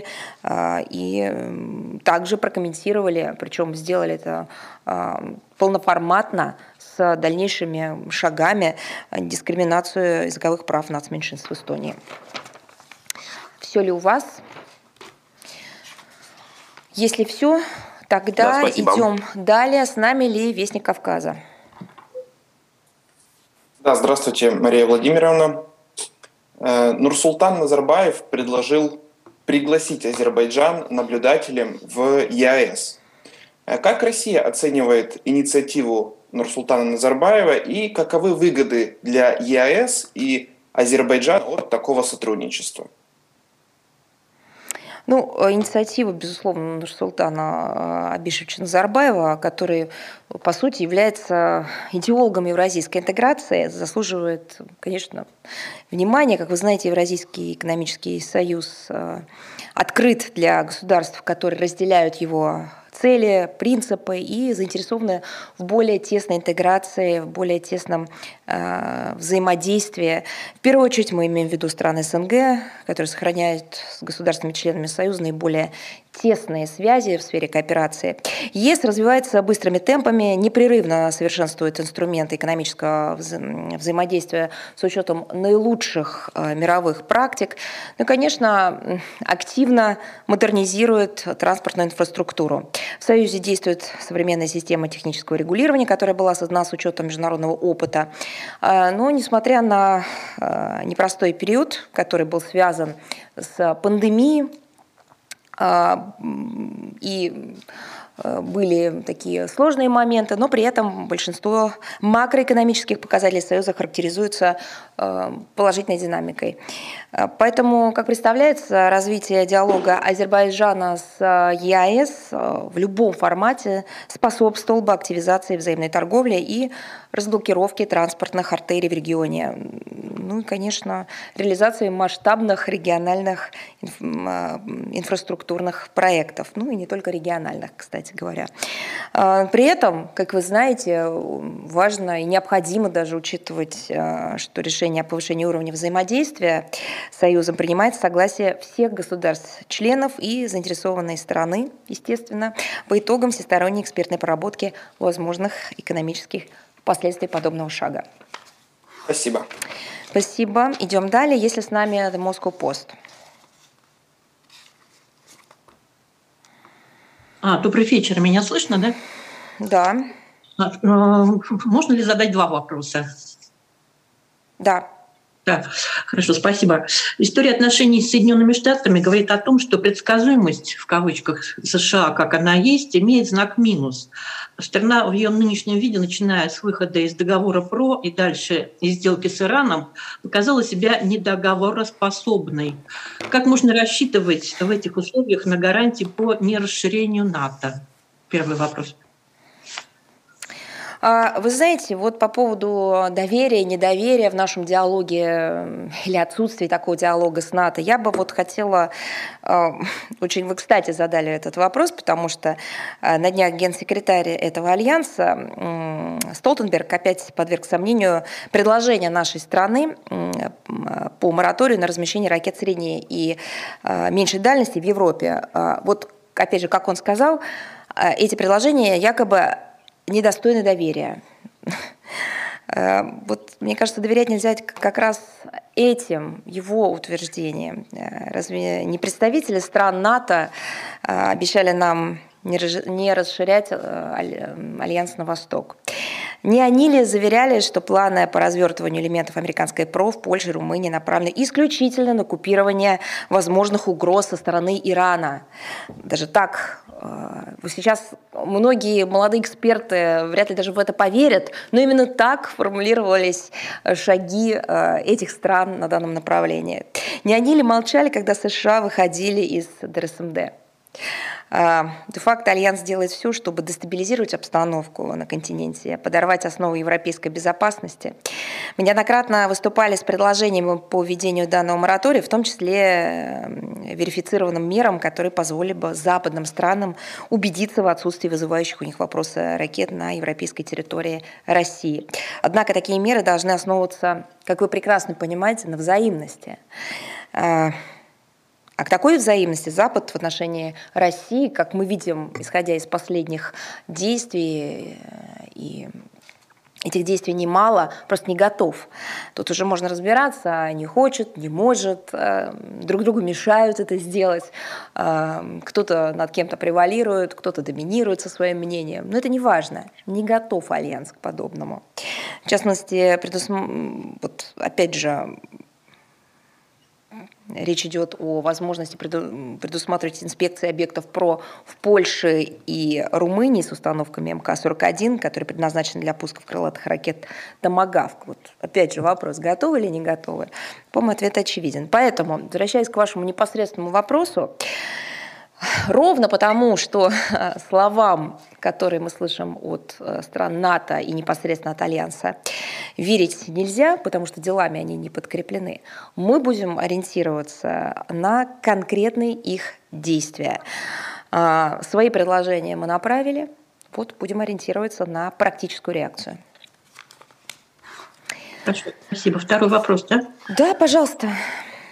и также прокомментировали, причем сделали это полноформатно с дальнейшими шагами дискриминацию языковых прав нацменьшинств в Эстонии. Все ли у вас? Если все, тогда да, идем далее. С нами ли Вестник Кавказа? Да, здравствуйте, Мария Владимировна. Нурсултан Назарбаев предложил пригласить Азербайджан наблюдателем в е а эс. Как Россия оценивает инициативу Нурсултана Назарбаева и каковы выгоды для е а эс и Азербайджана от такого сотрудничества? Ну, инициатива, безусловно, Нурсултана Абишевича Назарбаева, который, по сути, является идеологом евразийской интеграции, заслуживает, конечно, внимания. Как вы знаете, Евразийский экономический союз открыт для государств, которые разделяют его цели, принципы и заинтересованы в более тесной интеграции, в более тесном э, взаимодействии. В первую очередь мы имеем в виду страны эс эн гэ, которые сохраняют с государственными членами Союза наиболее тесные связи в сфере кооперации. ЕС развивается быстрыми темпами, непрерывно совершенствует инструменты экономического вза взаимодействия с учетом наилучших э, мировых практик. Ну и, конечно, активно модернизирует транспортную инфраструктуру. В Союзе действует современная система технического регулирования, которая была создана с учетом международного опыта. Э, но, несмотря на э, непростой период, который был связан с пандемией, и были такие сложные моменты, но при этом большинство макроэкономических показателей Союза характеризуются положительной динамикой. Поэтому, как представляется, развитие диалога Азербайджана с ЕАЭС в любом формате способствовало бы активизации взаимной торговли и разблокировке транспортных артерий в регионе. Ну и, конечно, реализации масштабных региональных инфраструктурных проектов, ну и не только региональных, кстати говоря. При этом, как вы знаете, важно и необходимо даже учитывать, что решение о повышении уровня взаимодействия с Союзом принимает согласие всех государств-членов и заинтересованной стороны, естественно, по итогам всесторонней экспертной проработки возможных экономических последствий подобного шага. Спасибо. Спасибо. Идем далее. Если с нами The Moscow Post. А, добрый вечер. Меня слышно, да? Да. А, можно ли задать два вопроса? Да. Да, хорошо, спасибо. История отношений с Соединенными Штатами говорит о том, что предсказуемость, в кавычках, США, как она есть, имеет знак минус. Страна в ее нынешнем виде, начиная с выхода из договора ПРО и дальше из сделки с Ираном, показала себя недоговороспособной. Как можно рассчитывать в этих условиях на гарантии по нерасширению НАТО? Первый вопрос. Вы знаете, вот по поводу доверия, недоверия в нашем диалоге или отсутствия такого диалога с НАТО, я бы вот хотела, очень вы, кстати, задали этот вопрос, потому что на днях генсекретарь этого альянса Столтенберг опять подверг сомнению предложение нашей страны по мораторию на размещение ракет средней и меньшей дальности в Европе. Вот, опять же, как он сказал, эти предложения якобы недостойны доверия. Вот, мне кажется, доверять нельзя как раз этим, его утверждениям. Разве не представители стран НАТО обещали нам не расширять альянс на восток? Не они ли заверяли, что планы по развертыванию элементов американской ПРО в Польше и Румынии направлены исключительно на купирование возможных угроз со стороны Ирана? Даже так, сейчас многие молодые эксперты вряд ли даже в это поверят, но именно так формулировались шаги этих стран на данном направлении. Не они ли молчали, когда США выходили из ДРСМД? Де-факто Альянс делает все, чтобы дестабилизировать обстановку на континенте, подорвать основы европейской безопасности. Мы неоднократно выступали с предложением по введению данного моратория, в том числе верифицированным мерам, которые позволили бы западным странам убедиться в отсутствии вызывающих у них вопросы ракет на европейской территории России. Однако такие меры должны основываться, как вы прекрасно понимаете, на взаимности. А к такой взаимности Запад в отношении России, как мы видим, исходя из последних действий, и этих действий немало, просто не готов. Тут уже можно разбираться, не хочет, не может, друг другу мешают это сделать, кто-то над кем-то превалирует, кто-то доминирует со своим мнением. Но это не важно, не готов Альянс к подобному. В частности, предусм... вот, опять же, речь идет о возможности предусматривать инспекции объектов ПРО в Польше и Румынии с установками эм ка сорок один, которые предназначены для пусков крылатых ракет «Томагавк». Вот опять же вопрос, готовы или не готовы? По-моему, ответ очевиден. Поэтому, возвращаясь к вашему непосредственному вопросу, ровно потому, что словам, которые мы слышим от стран НАТО и непосредственно от Альянса, верить нельзя, потому что делами они не подкреплены, мы будем ориентироваться на конкретные их действия. Свои предложения мы направили, вот будем ориентироваться на практическую реакцию. Хорошо, спасибо. Второй вопрос, да? Да, пожалуйста.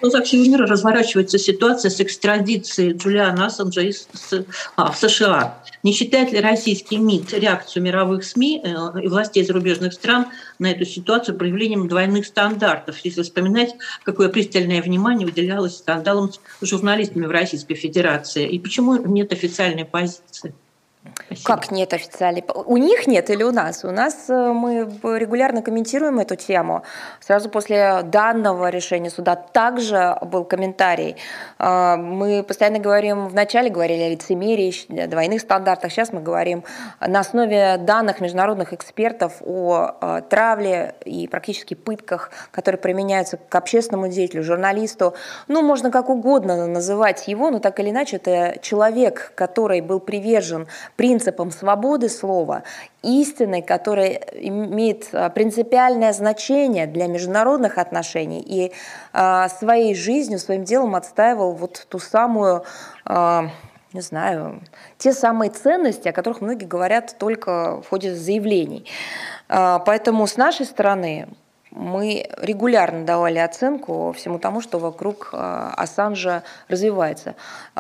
В глазах всего мира разворачивается ситуация с экстрадицией Джулиана Ассанжа из а, в США. Не считает ли российский МИД реакцию мировых СМИ и властей зарубежных стран на эту ситуацию проявлением двойных стандартов, если вспоминать, какое пристальное внимание уделялось скандалам с журналистами в Российской Федерации? И почему нет официальной позиции? Спасибо. Как нет официальной? У них нет или у нас? У нас мы регулярно комментируем эту тему. Сразу после данного решения суда также был комментарий. Мы постоянно говорим, вначале говорили о лицемерии, двойных стандартах, сейчас мы говорим на основе данных международных экспертов о травле и практически пытках, которые применяются к общественному деятелю, журналисту. Ну, можно как угодно называть его, но так или иначе это человек, который был привержен принципам свободы слова, истины, которая имеет принципиальное значение для международных отношений, и а, своей жизнью, своим делом отстаивал вот ту самую, а, не знаю, те самые ценности, о которых многие говорят только в ходе заявлений. А, поэтому с нашей стороны мы регулярно давали оценку всему тому, что вокруг Ассанжа развивается.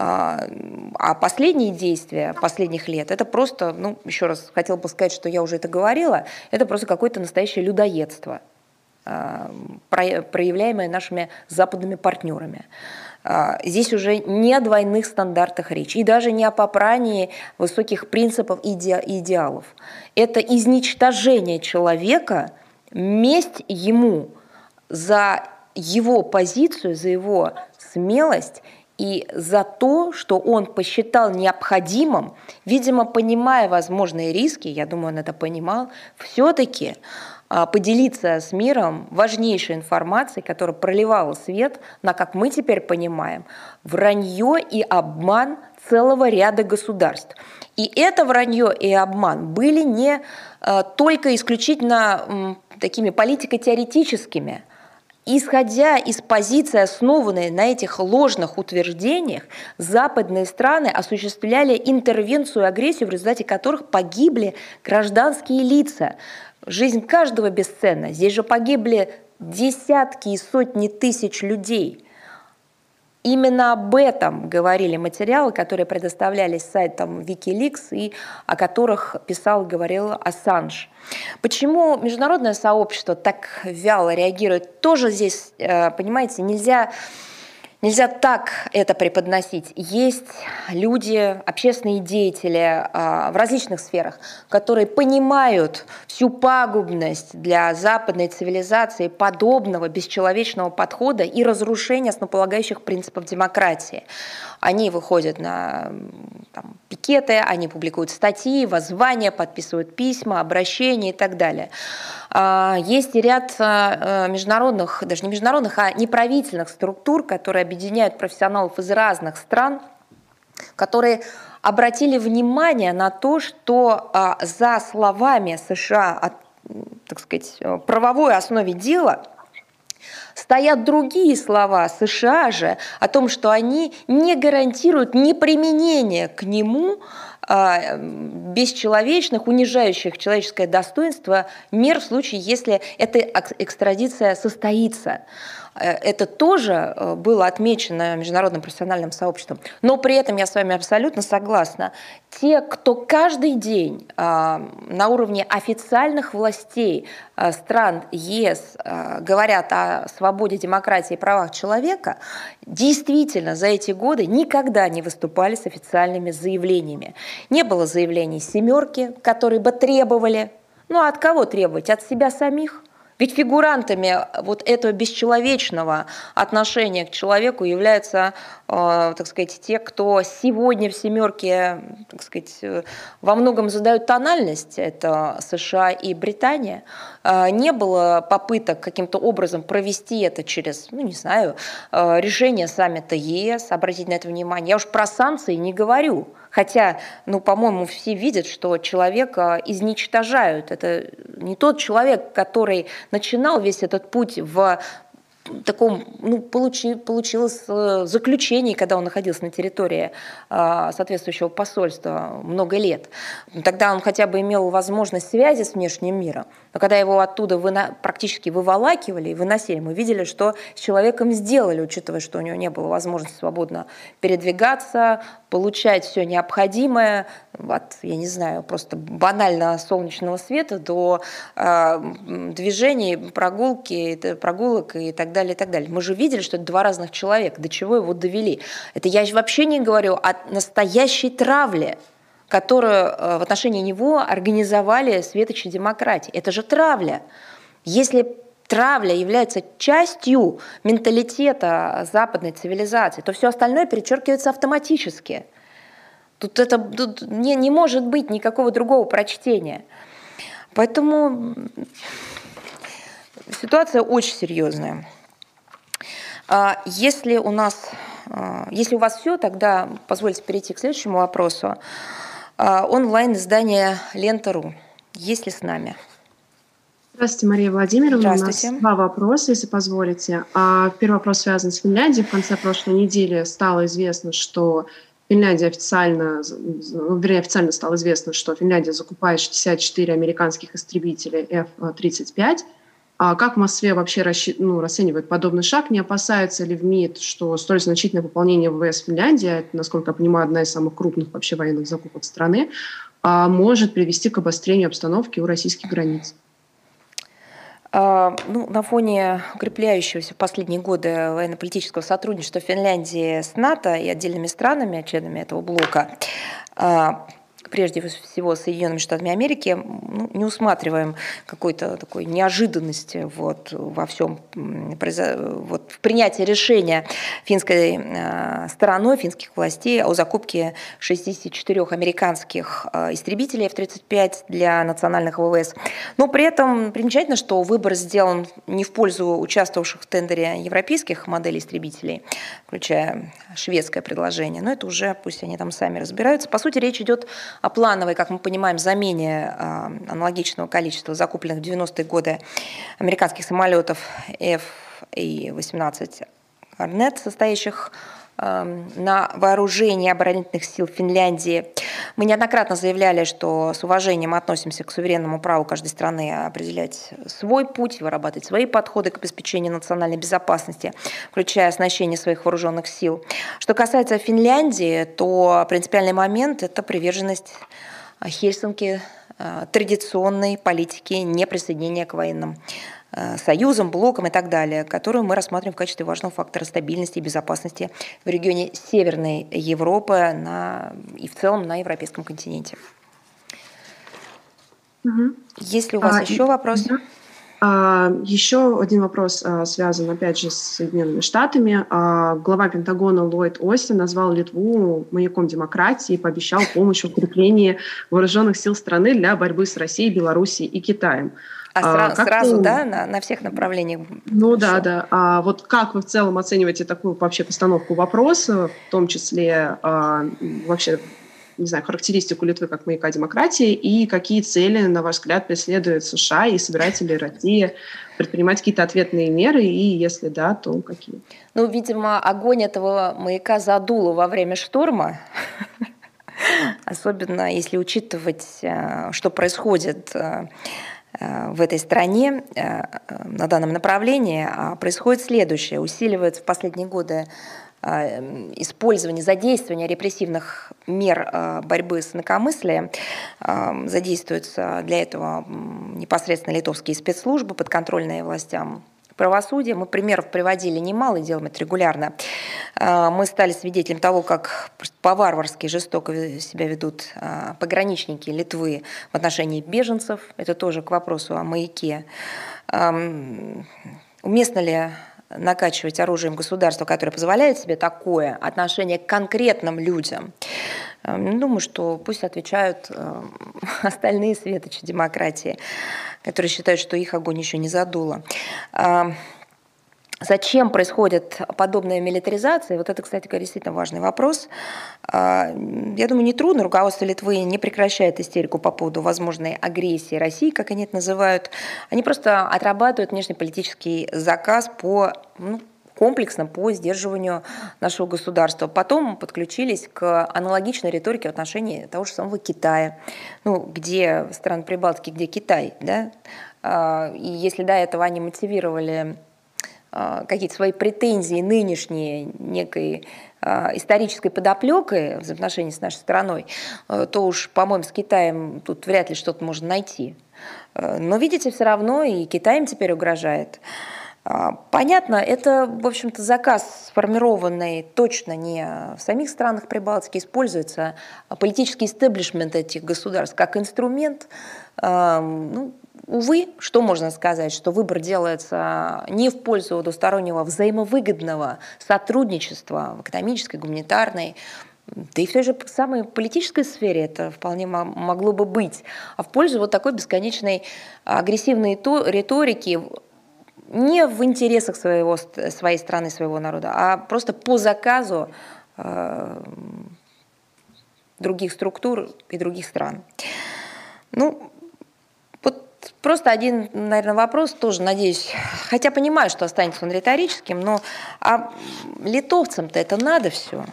А последние действия последних лет, это просто, ну, еще раз хотела бы сказать, что я уже это говорила, это просто какое-то настоящее людоедство, проявляемое нашими западными партнерами. Здесь уже не о двойных стандартах речь, и даже не о попрании высоких принципов и идеалов. Это изничтожение человека, месть ему за его позицию, за его смелость и за то, что он посчитал необходимым, видимо, понимая возможные риски, я думаю, он это понимал, все-таки поделиться с миром важнейшей информацией, которая проливала свет на, как мы теперь понимаем, вранье и обман целого ряда государств. И это вранье и обман были не только исключительно такими политико-теоретическими. Исходя из позиции, основанной на этих ложных утверждениях, западные страны осуществляли интервенцию и агрессию, в результате которых погибли гражданские лица. Жизнь каждого бесценна. Здесь же погибли десятки и сотни тысяч людей. Именно об этом говорили материалы, которые предоставлялись сайтом Wikileaks и о которых писал и говорил Ассанж. Почему международное сообщество так вяло реагирует? Тоже здесь, понимаете, нельзя, нельзя так это преподносить. Есть люди, общественные деятели в различных сферах, которые понимают всю пагубность для западной цивилизации подобного бесчеловечного подхода и разрушения основополагающих принципов демократии. Они выходят на там, пикеты, они публикуют статьи, воззвания, подписывают письма, обращения и так далее. Есть и ряд международных, даже не международных, а неправительственных структур, которые объединяют профессионалов из разных стран, которые обратили внимание на то, что за словами США о, так сказать, правовой основе дела стоят другие слова США же о том, что они не гарантируют неприменение к нему бесчеловечных, унижающих человеческое достоинство мер в случае, если эта экстрадиция состоится. Это тоже было отмечено международным профессиональным сообществом. Но при этом я с вами абсолютно согласна. Те, кто каждый день на уровне официальных властей стран ЕС говорят о свободе, демократии и правах человека, действительно за эти годы никогда не выступали с официальными заявлениями. Не было заявлений «семерки», которые бы требовали. Ну а от кого требовать? От себя самих? Ведь фигурантами вот этого бесчеловечного отношения к человеку являются, э, так сказать, те, кто сегодня в «семерке», так сказать, во многом задают тональность, это США и Британия. Э, не было попыток каким-то образом провести это через, ну не знаю, э, решение саммита ЕС, обратить на это внимание. Я уж про санкции не говорю. Хотя, ну, по-моему, все видят, что человека изничтожают. Это не тот человек, который начинал весь этот путь в таком, ну, получи, получилось заключение, когда он находился на территории а, соответствующего посольства много лет. Тогда он хотя бы имел возможность связи с внешним миром. Но когда его оттуда выно, практически выволакивали и выносили, мы видели, что с человеком сделали, учитывая, что у него не было возможности свободно передвигаться, получать все необходимое от, я не знаю, просто банально солнечного света до э, движений, прогулки, прогулок и так далее, и так далее. Мы же видели, что это два разных человека, до чего его довели. Это я вообще не говорю о настоящей травле, которую э, в отношении него организовали светочи демократии. Это же травля. Если травля является частью менталитета западной цивилизации, то все остальное перечеркивается автоматически. Тут, это, тут не, не может быть никакого другого прочтения. Поэтому ситуация очень серьезная. Если у нас, если у вас все, тогда позвольте перейти к следующему вопросу. Онлайн-издание «Лента.ру». Есть ли с нами? Здравствуйте, Мария Владимировна. Здравствуйте. У нас два вопроса, если позволите. Первый вопрос связан с Финляндией. В конце прошлой недели стало известно, что Финляндия официально, вернее, официально стало известно, что Финляндия закупает шестьдесят четыре американских истребителя эф тридцать пять. А как в Москве вообще расщ... ну, расценивают подобный шаг? Не опасаются ли в МИД, что столь значительное пополнение ВВС Финляндии, это, насколько я понимаю, одна из самых крупных вообще военных закупок страны, может привести к обострению обстановки у российских границ? Ну, на фоне укрепляющегося в последние годы военно-политического сотрудничества Финляндии с НАТО и отдельными странами, членами этого блока, прежде всего Соединенными Штатами Америки, ну, не усматриваем какой-то такой неожиданности вот, во всем, вот, в принятии решения финской стороной, финских властей о закупке шестидесяти четырёх американских истребителей эф тридцать пять для национальных ВВС. Но при этом примечательно, что выбор сделан не в пользу участвовавших в тендере европейских моделей истребителей, включая шведское предложение, но это уже пусть они там сами разбираются. По сути, речь идет о плановой, как мы понимаем, замене э, аналогичного количества закупленных в девяностые годы американских самолетов эф восемнадцать Hornet, состоящих э, на вооружении оборонительных сил Финляндии. Мы неоднократно заявляли, что с уважением относимся к суверенному праву каждой страны определять свой путь, вырабатывать свои подходы к обеспечению национальной безопасности, включая оснащение своих вооруженных сил. Что касается Финляндии, то принципиальный момент – это приверженность Хельсинки традиционной политики неприсоединения к военным союзам, блокам и так далее, которую мы рассматриваем в качестве важного фактора стабильности и безопасности в регионе Северной Европы на, и в целом на европейском континенте. Угу. Есть ли у вас а, еще вопросы? Да. А, еще один вопрос а, связан, опять же, с Соединенными Штатами. А, глава Пентагона Ллойд Остин назвал Литву маяком демократии и пообещал помощь в укреплении вооруженных сил страны для борьбы с Россией, Белоруссией и Китаем. А, а сра- сразу, вы... да, на, на всех направлениях? Ну Хорошо. да, да. А вот как вы в целом оцениваете такую вообще постановку вопроса, в том числе а, вообще, не знаю, характеристику Литвы как маяка демократии и какие цели, на ваш взгляд, преследует США и собирается ли Россия предпринимать какие-то ответные меры, и если да, то какие? Ну, видимо, огонь этого маяка задуло во время шторма. Особенно если учитывать, что происходит в этой стране на данном направлении, происходит следующее. Усиливается в последние годы использование, задействование репрессивных мер борьбы с инакомыслием. Задействуются для этого непосредственно литовские спецслужбы, подконтрольные властям правосудия. Мы примеров приводили немало и делаем это регулярно. Мы стали свидетелем того, как по-варварски жестоко себя ведут пограничники Литвы в отношении беженцев. Это тоже к вопросу о маяке. Уместно ли накачивать оружием государства, которое позволяет себе такое отношение к конкретным людям? Думаю, что пусть отвечают остальные светочи демократии, которые считают, что их огонь еще не задуло. Зачем происходит подобная милитаризация? Вот это, кстати говоря, действительно важный вопрос. Я думаю, нетрудно. Руководство Литвы не прекращает истерику по поводу возможной агрессии России, как они это называют. Они просто отрабатывают внешнеполитический заказ по, ну, комплексно по сдерживанию нашего государства. Потом подключились к аналогичной риторике в отношении того же самого Китая. Ну, где страны Прибалтики, где Китай, да? И если до этого они мотивировали какие-то свои претензии нынешние некой исторической подоплекой взаимоотношений с нашей страной, то уж, по-моему, с Китаем тут вряд ли что-то можно найти. Но, видите, все равно и Китай им теперь угрожает. Понятно, это, в общем-то, заказ, сформированный точно не в самих странах Прибалтики, используется политический истеблишмент этих государств как инструмент. Ну, увы, что можно сказать, что выбор делается не в пользу двустороннего взаимовыгодного сотрудничества в экономической, гуманитарной, да и в той же самой политической сфере это вполне могло бы быть, а в пользу вот такой бесконечной агрессивной риторики, не в интересах своего, своей страны, своего народа, а просто по заказу э, других структур и других стран. Ну, вот просто один, наверное, вопрос тоже, надеюсь, хотя понимаю, что останется он риторическим, но а литовцам-то это надо все.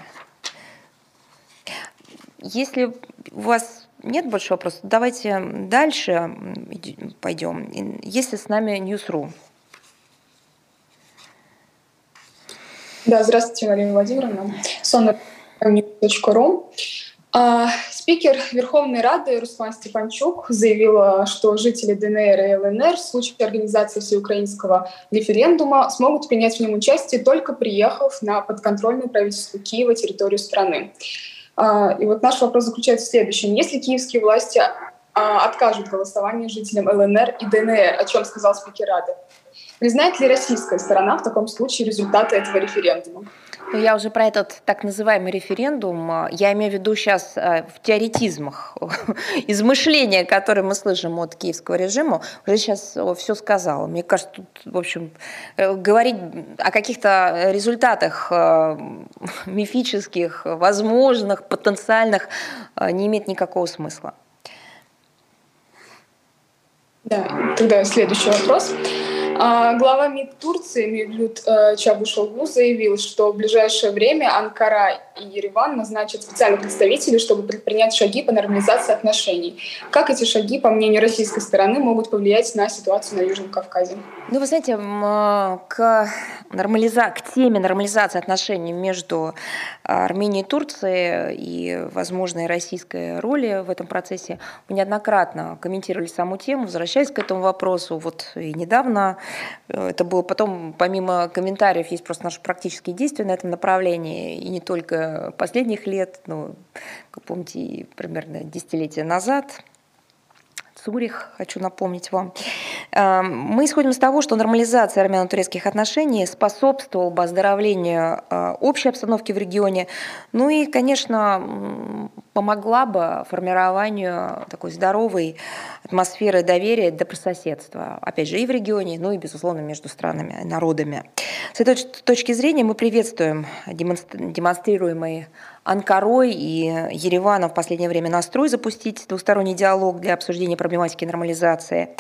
Если у вас нет больше вопросов, давайте дальше пойдем. Если с нами Ньюс.ру. Да, здравствуйте, Марина Владимировна. Сонар.ру. Спикер Верховной Рады Руслан Стефанчук заявил, что жители ДНР и ЛНР в случае организации всеукраинского референдума смогут принять в нем участие, только приехав на подконтрольную правительству Киева территорию страны. И вот наш вопрос заключается в следующем. Если киевские власти откажут голосование жителям ЛНР и ДНР, о чем сказал спикер Рады, признает ли российская сторона в таком случае результаты этого референдума? Ну, я уже про этот так называемый референдум, я имею в виду сейчас в теоретизмах, измышления, которые мы слышим от киевского режима, уже сейчас все сказала. Мне кажется, тут, в общем, говорить о каких-то результатах мифических, возможных, потенциальных не имеет никакого смысла. Да, тогда следующий вопрос. Глава МИД Турции Мевлют Чавушоглу заявил, что в ближайшее время Анкара и Ереван назначат специальных представителей, чтобы предпринять шаги по нормализации отношений. Как эти шаги, по мнению российской стороны, могут повлиять на ситуацию на Южном Кавказе? Ну, вы знаете, к, нормализа... к теме нормализации отношений между Арменией и Турцией и возможной российской роли в этом процессе мы неоднократно комментировали саму тему, возвращаясь к этому вопросу. Вот и недавно это было потом, помимо комментариев, есть просто наши практические действия на этом направлении, и не только последних лет, но, как помните, примерно десятилетия назад. Цюрих, хочу напомнить вам. Мы исходим из того, что нормализация армяно-турецких отношений способствовала бы оздоровлению общей обстановки в регионе, ну и, конечно, помогла бы формированию такой здоровой атмосферы доверия, добрососедства, опять же, и в регионе, ну и, безусловно, между странами, народами. С этой точки зрения мы приветствуем демонстрируемый Анкарой и Ереваном в последнее время настрой запустить двусторонний диалог для обсуждения проблематики нормализации.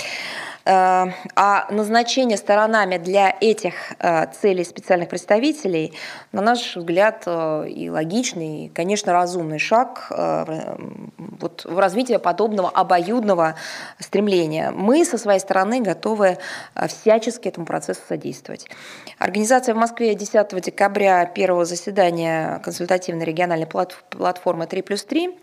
А назначение сторонами для этих целей специальных представителей, на наш взгляд, и логичный, и, конечно, разумный шаг вот в развитии подобного обоюдного стремления. Мы со своей стороны готовы всячески этому процессу содействовать. Организация в Москве десятого декабря первого заседания консультативной региональной платформы три плюс три,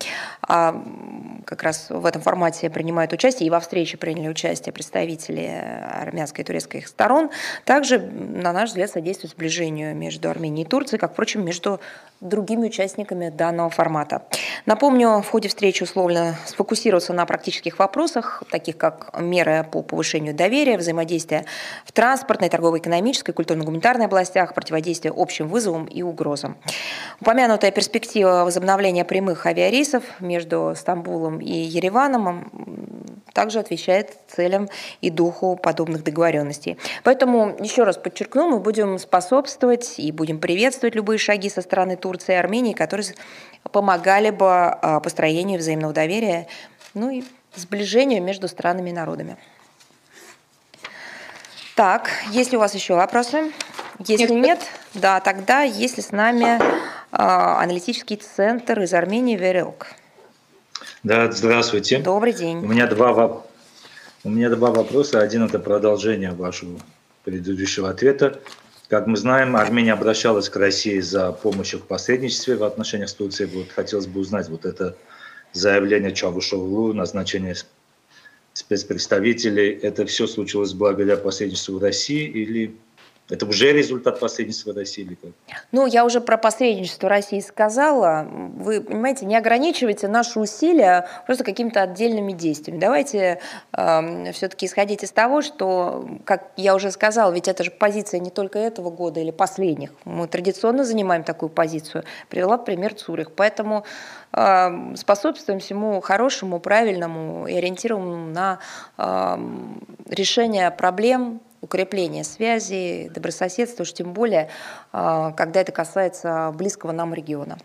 как раз в этом формате принимают участие, и во встрече приняли участие представители армянской и турецкой сторон, также, на наш взгляд, содействует сближению между Арменией и Турцией, как, впрочем, между другими участниками данного формата. Напомню, в ходе встречи условно сфокусироваться на практических вопросах, таких как меры по повышению доверия, взаимодействия в транспортной, торгово-экономической, культурно-гуманитарной областях, противодействия общим вызовам и угрозам. Упомянутая перспектива возобновления прямых авиарейсов между Стамбулом и Ереваном также отвечает целям и духу подобных договоренностей. Поэтому, еще раз подчеркну, мы будем способствовать и будем приветствовать любые шаги со стороны Турции и Армении, которые помогали бы построению взаимного доверия, ну и сближению между странами и народами. Так, есть ли у вас еще вопросы? Если нет, нет да, тогда есть ли с нами э, аналитический центр из Армении «Верелк». Да, здравствуйте. Добрый день. У меня два, у меня два вопроса. Один – это продолжение вашего предыдущего ответа. Как мы знаем, Армения обращалась к России за помощью в посредничестве в отношениях с Турцией. Вот хотелось бы узнать вот это заявление Чавушоглу, назначение спецпредставителей. Это все случилось благодаря посредничеству России или это уже результат посредничества России или как? Ну, я уже про посредничество России сказала. Вы, понимаете, не ограничивайте наши усилия просто какими-то отдельными действиями. Давайте э, все-таки исходить из того, что, как я уже сказала, ведь это же позиция не только этого года или последних. Мы традиционно занимаем такую позицию. Привела в пример Цюрих. Поэтому э, способствуем всему хорошему, правильному и ориентированному на э, решение проблем, укрепление связи, добрососедства, уж тем более, когда это касается близкого нам региона.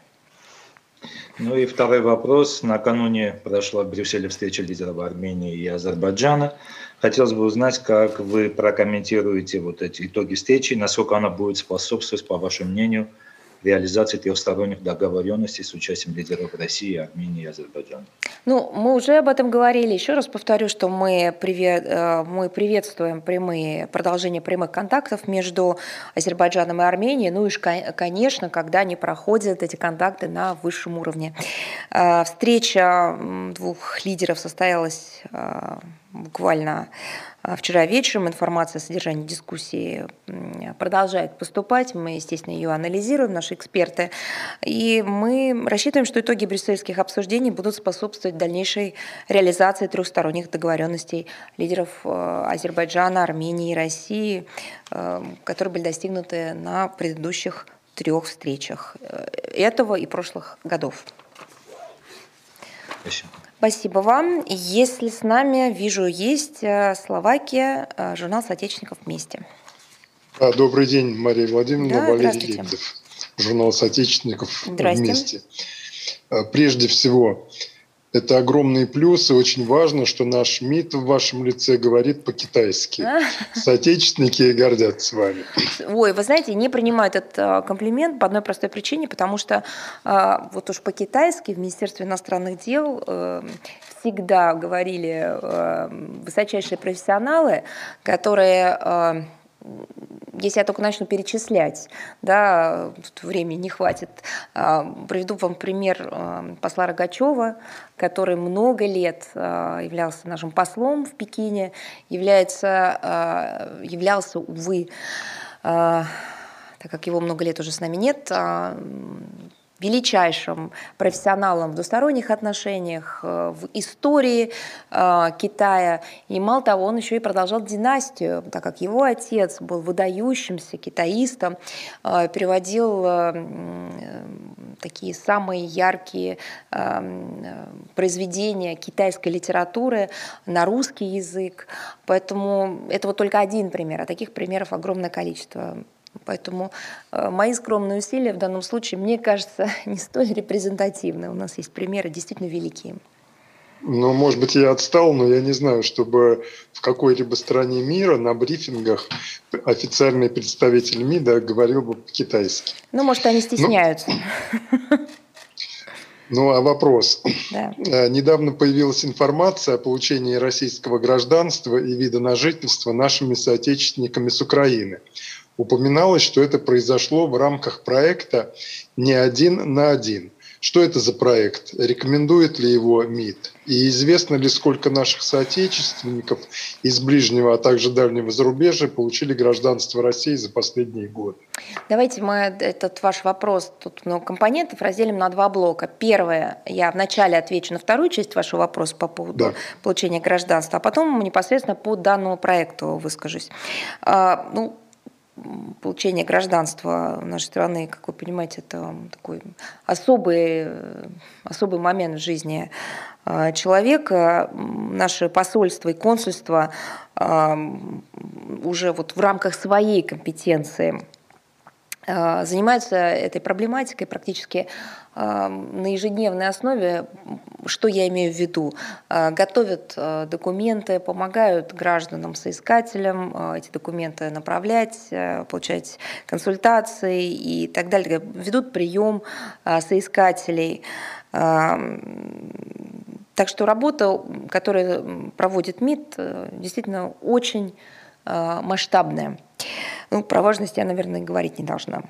Ну и второй вопрос. Накануне прошла в Брюсселе встреча лидеров Армении и Азербайджана. Хотелось бы узнать, как вы прокомментируете вот эти итоги встречи, насколько она будет способствовать, по вашему мнению, реализации трехсторонних договоренностей с участием лидеров России, Армении и Азербайджана. Ну, мы уже об этом говорили. Еще раз повторю, что мы, привет, мы приветствуем прямые, продолжение прямых контактов между Азербайджаном и Арменией. Ну и, конечно, когда они проходят эти контакты на высшем уровне. Встреча двух лидеров состоялась буквально вчера вечером. Информация о содержании дискуссии продолжает поступать. Мы, естественно, ее анализируем, наши эксперты. И мы рассчитываем, что итоги брюссельских обсуждений будут способствовать дальнейшей реализации трехсторонних договоренностей лидеров Азербайджана, Армении и России, которые были достигнуты на предыдущих трех встречах этого и прошлых годов. Спасибо. Спасибо вам. Если с нами, вижу, есть Словакия, журнал «Соотечественников вместе». Да, добрый день, Мария Владимировна, да, Валерий Лебедев, журнал «Соотечественников вместе». Прежде всего, это огромные плюсы. Очень важно, что наш МИД в вашем лице говорит по-китайски. Соотечественники гордятся с вами. Ой, вы знаете, не принимаю этот комплимент по одной простой причине, потому что вот уж по-китайски в Министерстве иностранных дел всегда говорили высочайшие профессионалы, которые... Если я только начну перечислять, да, времени не хватит. Приведу вам пример посла Рогачева, который много лет являлся нашим послом в Пекине, является, являлся, увы, так как его много лет уже с нами нет, величайшим профессионалом в двусторонних отношениях, в истории э, Китая. И мало того, он еще и продолжал династию, так как его отец был выдающимся китаистом, э, переводил э, такие самые яркие э, произведения китайской литературы на русский язык. Поэтому это вот только один пример, а таких примеров огромное количество. Поэтому э, мои скромные усилия в данном случае, мне кажется, не столь репрезентативны. У нас есть примеры действительно великие. Ну, может быть, я отстал, но я не знаю, чтобы в какой-либо стране мира на брифингах официальный представитель МИДа говорил бы по-китайски. Ну, может, они стесняются. Ну, ну а вопрос. Да. Недавно появилась информация о получении российского гражданства и вида на жительство нашими соотечественниками с Украины. Упоминалось, что это произошло в рамках проекта «Не один на один». Что это за проект? Рекомендует ли его МИД? И известно ли, сколько наших соотечественников из ближнего, а также дальнего зарубежья получили гражданство России за последние годы? Давайте мы этот ваш вопрос, тут много компонентов, разделим на два блока. Первое, я вначале отвечу на вторую часть вашего вопроса по поводу да. получения гражданства, а потом непосредственно по данному проекту выскажусь. Ну, получение гражданства нашей страны, как вы понимаете, это такой особый, особый момент в жизни человека. Наше посольство и консульство уже вот в рамках своей компетенции занимаются этой проблематикой практически на ежедневной основе. Что я имею в виду? Готовят документы, помогают гражданам-соискателям эти документы направлять, получать консультации и так далее. Ведут прием соискателей. Так что работа, которую проводит МИД, действительно очень масштабная. Ну, про важность я, наверное, говорить не должна.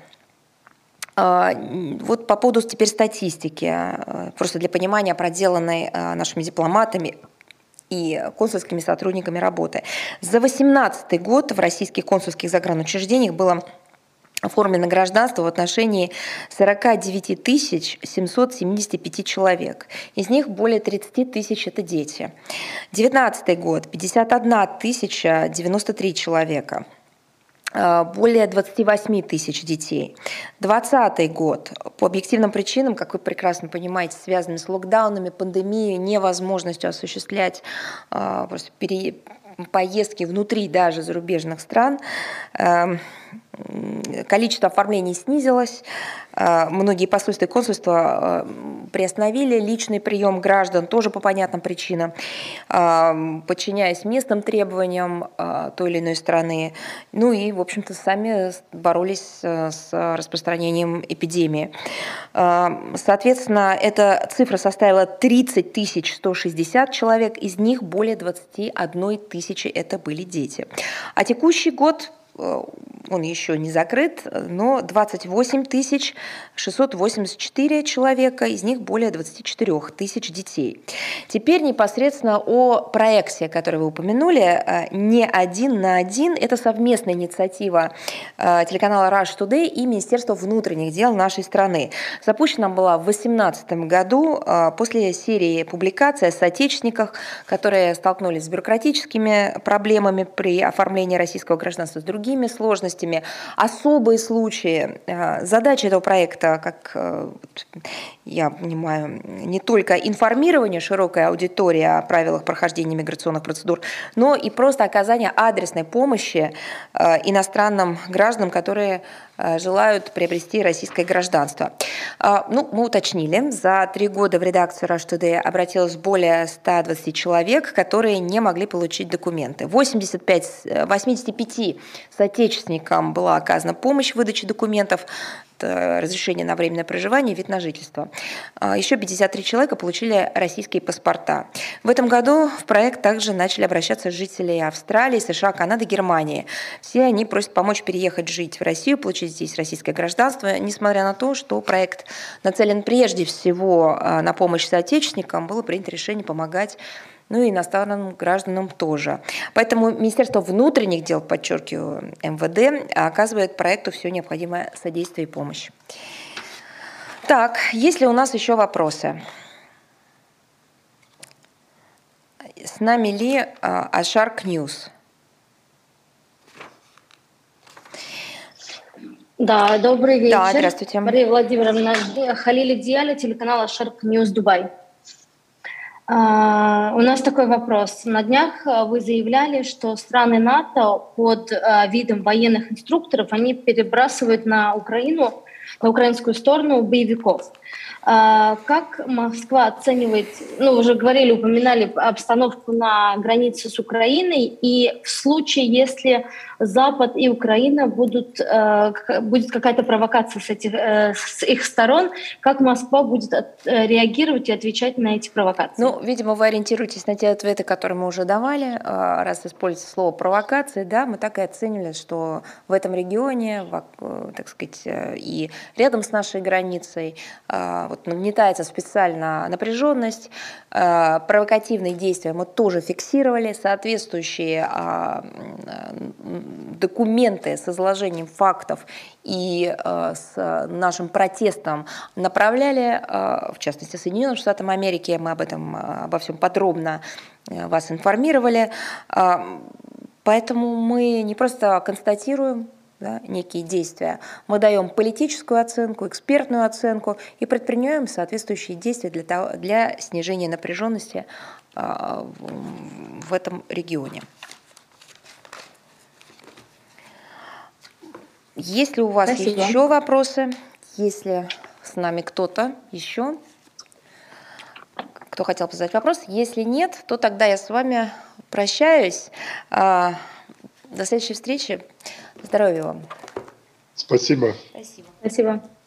Вот по поводу теперь статистики, просто для понимания проделанной нашими дипломатами и консульскими сотрудниками работы. За две тысячи восемнадцатый год в российских консульских загранучреждениях было оформлено гражданство в отношении сорок девять тысяч семьсот семьдесят пять человек. Из них более тридцать тысяч – это дети. две тысячи девятнадцатый год – пятьдесят одна тысяча девяносто три человека. Более двадцать восемь тысяч детей. двадцатый год. По объективным причинам, как вы прекрасно понимаете, связанными с локдаунами, пандемией, невозможностью осуществлять просто пере... поездки внутри даже зарубежных стран, количество оформлений снизилось, многие посольства и консульства приостановили личный прием граждан, тоже по понятным причинам, подчиняясь местным требованиям той или иной страны. Ну и, в общем-то, сами боролись с распространением эпидемии. Соответственно, эта цифра составила тридцать тысяч сто шестьдесят человек, из них более двадцать одна тысяча это были дети. А текущий год, он еще не закрыт, но двадцать восемь тысяч шестьсот восемьдесят четыре человека, из них более двадцать четыре тысяч детей. Теперь непосредственно о проекте, который вы упомянули, «Не один на один». Это совместная инициатива телеканала Russia Today и Министерства внутренних дел нашей страны. Запущена была в две тысячи восемнадцатом году после серии публикаций о соотечественниках, которые столкнулись с бюрократическими проблемами при оформлении российского гражданства, с другими сложностями, особые случаи. Задача этого проекта, как я понимаю, не только информирование широкой аудитории о правилах прохождения миграционных процедур, но и просто оказание адресной помощи иностранным гражданам, которые желают приобрести российское гражданство. Ну, мы уточнили, за три года в редакцию Russia Today обратилось более ста двадцати человек, которые не могли получить документы. восемьдесят пять, восемьдесят пять соотечественникам была оказана помощь в выдаче документов, разрешение на временное проживание, вид на жительство. Еще пятьдесят три человека получили российские паспорта. В этом году в проект также начали обращаться жители Австралии, США, Канады, Германии. Все они просят помочь переехать жить в Россию, получить здесь российское гражданство, несмотря на то, что проект нацелен прежде всего на помощь соотечественникам, было принято решение помогать, ну и иностранным гражданам тоже. Поэтому Министерство внутренних дел, подчеркиваю, эм вэ дэ, оказывает проекту все необходимое содействие и помощь. Так, есть ли у нас еще вопросы? С нами ли Ашарк Ньюс? Да, добрый вечер. Да, здравствуйте. Мария Владимировна, Халили Диаля, телеканал Ашарк Ньюс, Дубай. Uh, у нас такой вопрос. На днях вы заявляли, что страны НАТО под uh, видом военных инструкторов они перебрасывают на Украину, на украинскую сторону боевиков. Uh, как Москва оценивает, ну, уже говорили, упоминали обстановку на границе с Украиной, и в случае, если Запад и Украина будут, uh, будет какая-то провокация с, этих, uh, с их сторон, как Москва будет от, uh, реагировать и отвечать на эти провокации? Ну, видимо, вы ориентируетесь на те ответы, которые мы уже давали. Раз используется слово «провокации», да, мы так и оценили, что в этом регионе, так сказать, и рядом с нашей границей вот, нагнетается специально напряженность, провокативные действия мы тоже фиксировали, соответствующие документы с изложением фактов и с нашим протестом направляли, в частности, Соединенным Штатам Америки, мы об этом, обо всем подробно вас информировали, поэтому мы не просто констатируем да, некие действия, мы даем политическую оценку, экспертную оценку и предпринимаем соответствующие действия для, того, для снижения напряженности а, в, в этом регионе. Есть ли у вас Спасибо. еще вопросы? Если с нами кто-то еще, кто хотел задать вопрос, если нет, то тогда я с вами прощаюсь. До следующей встречи. Здоровья вам. Спасибо. Спасибо. Спасибо.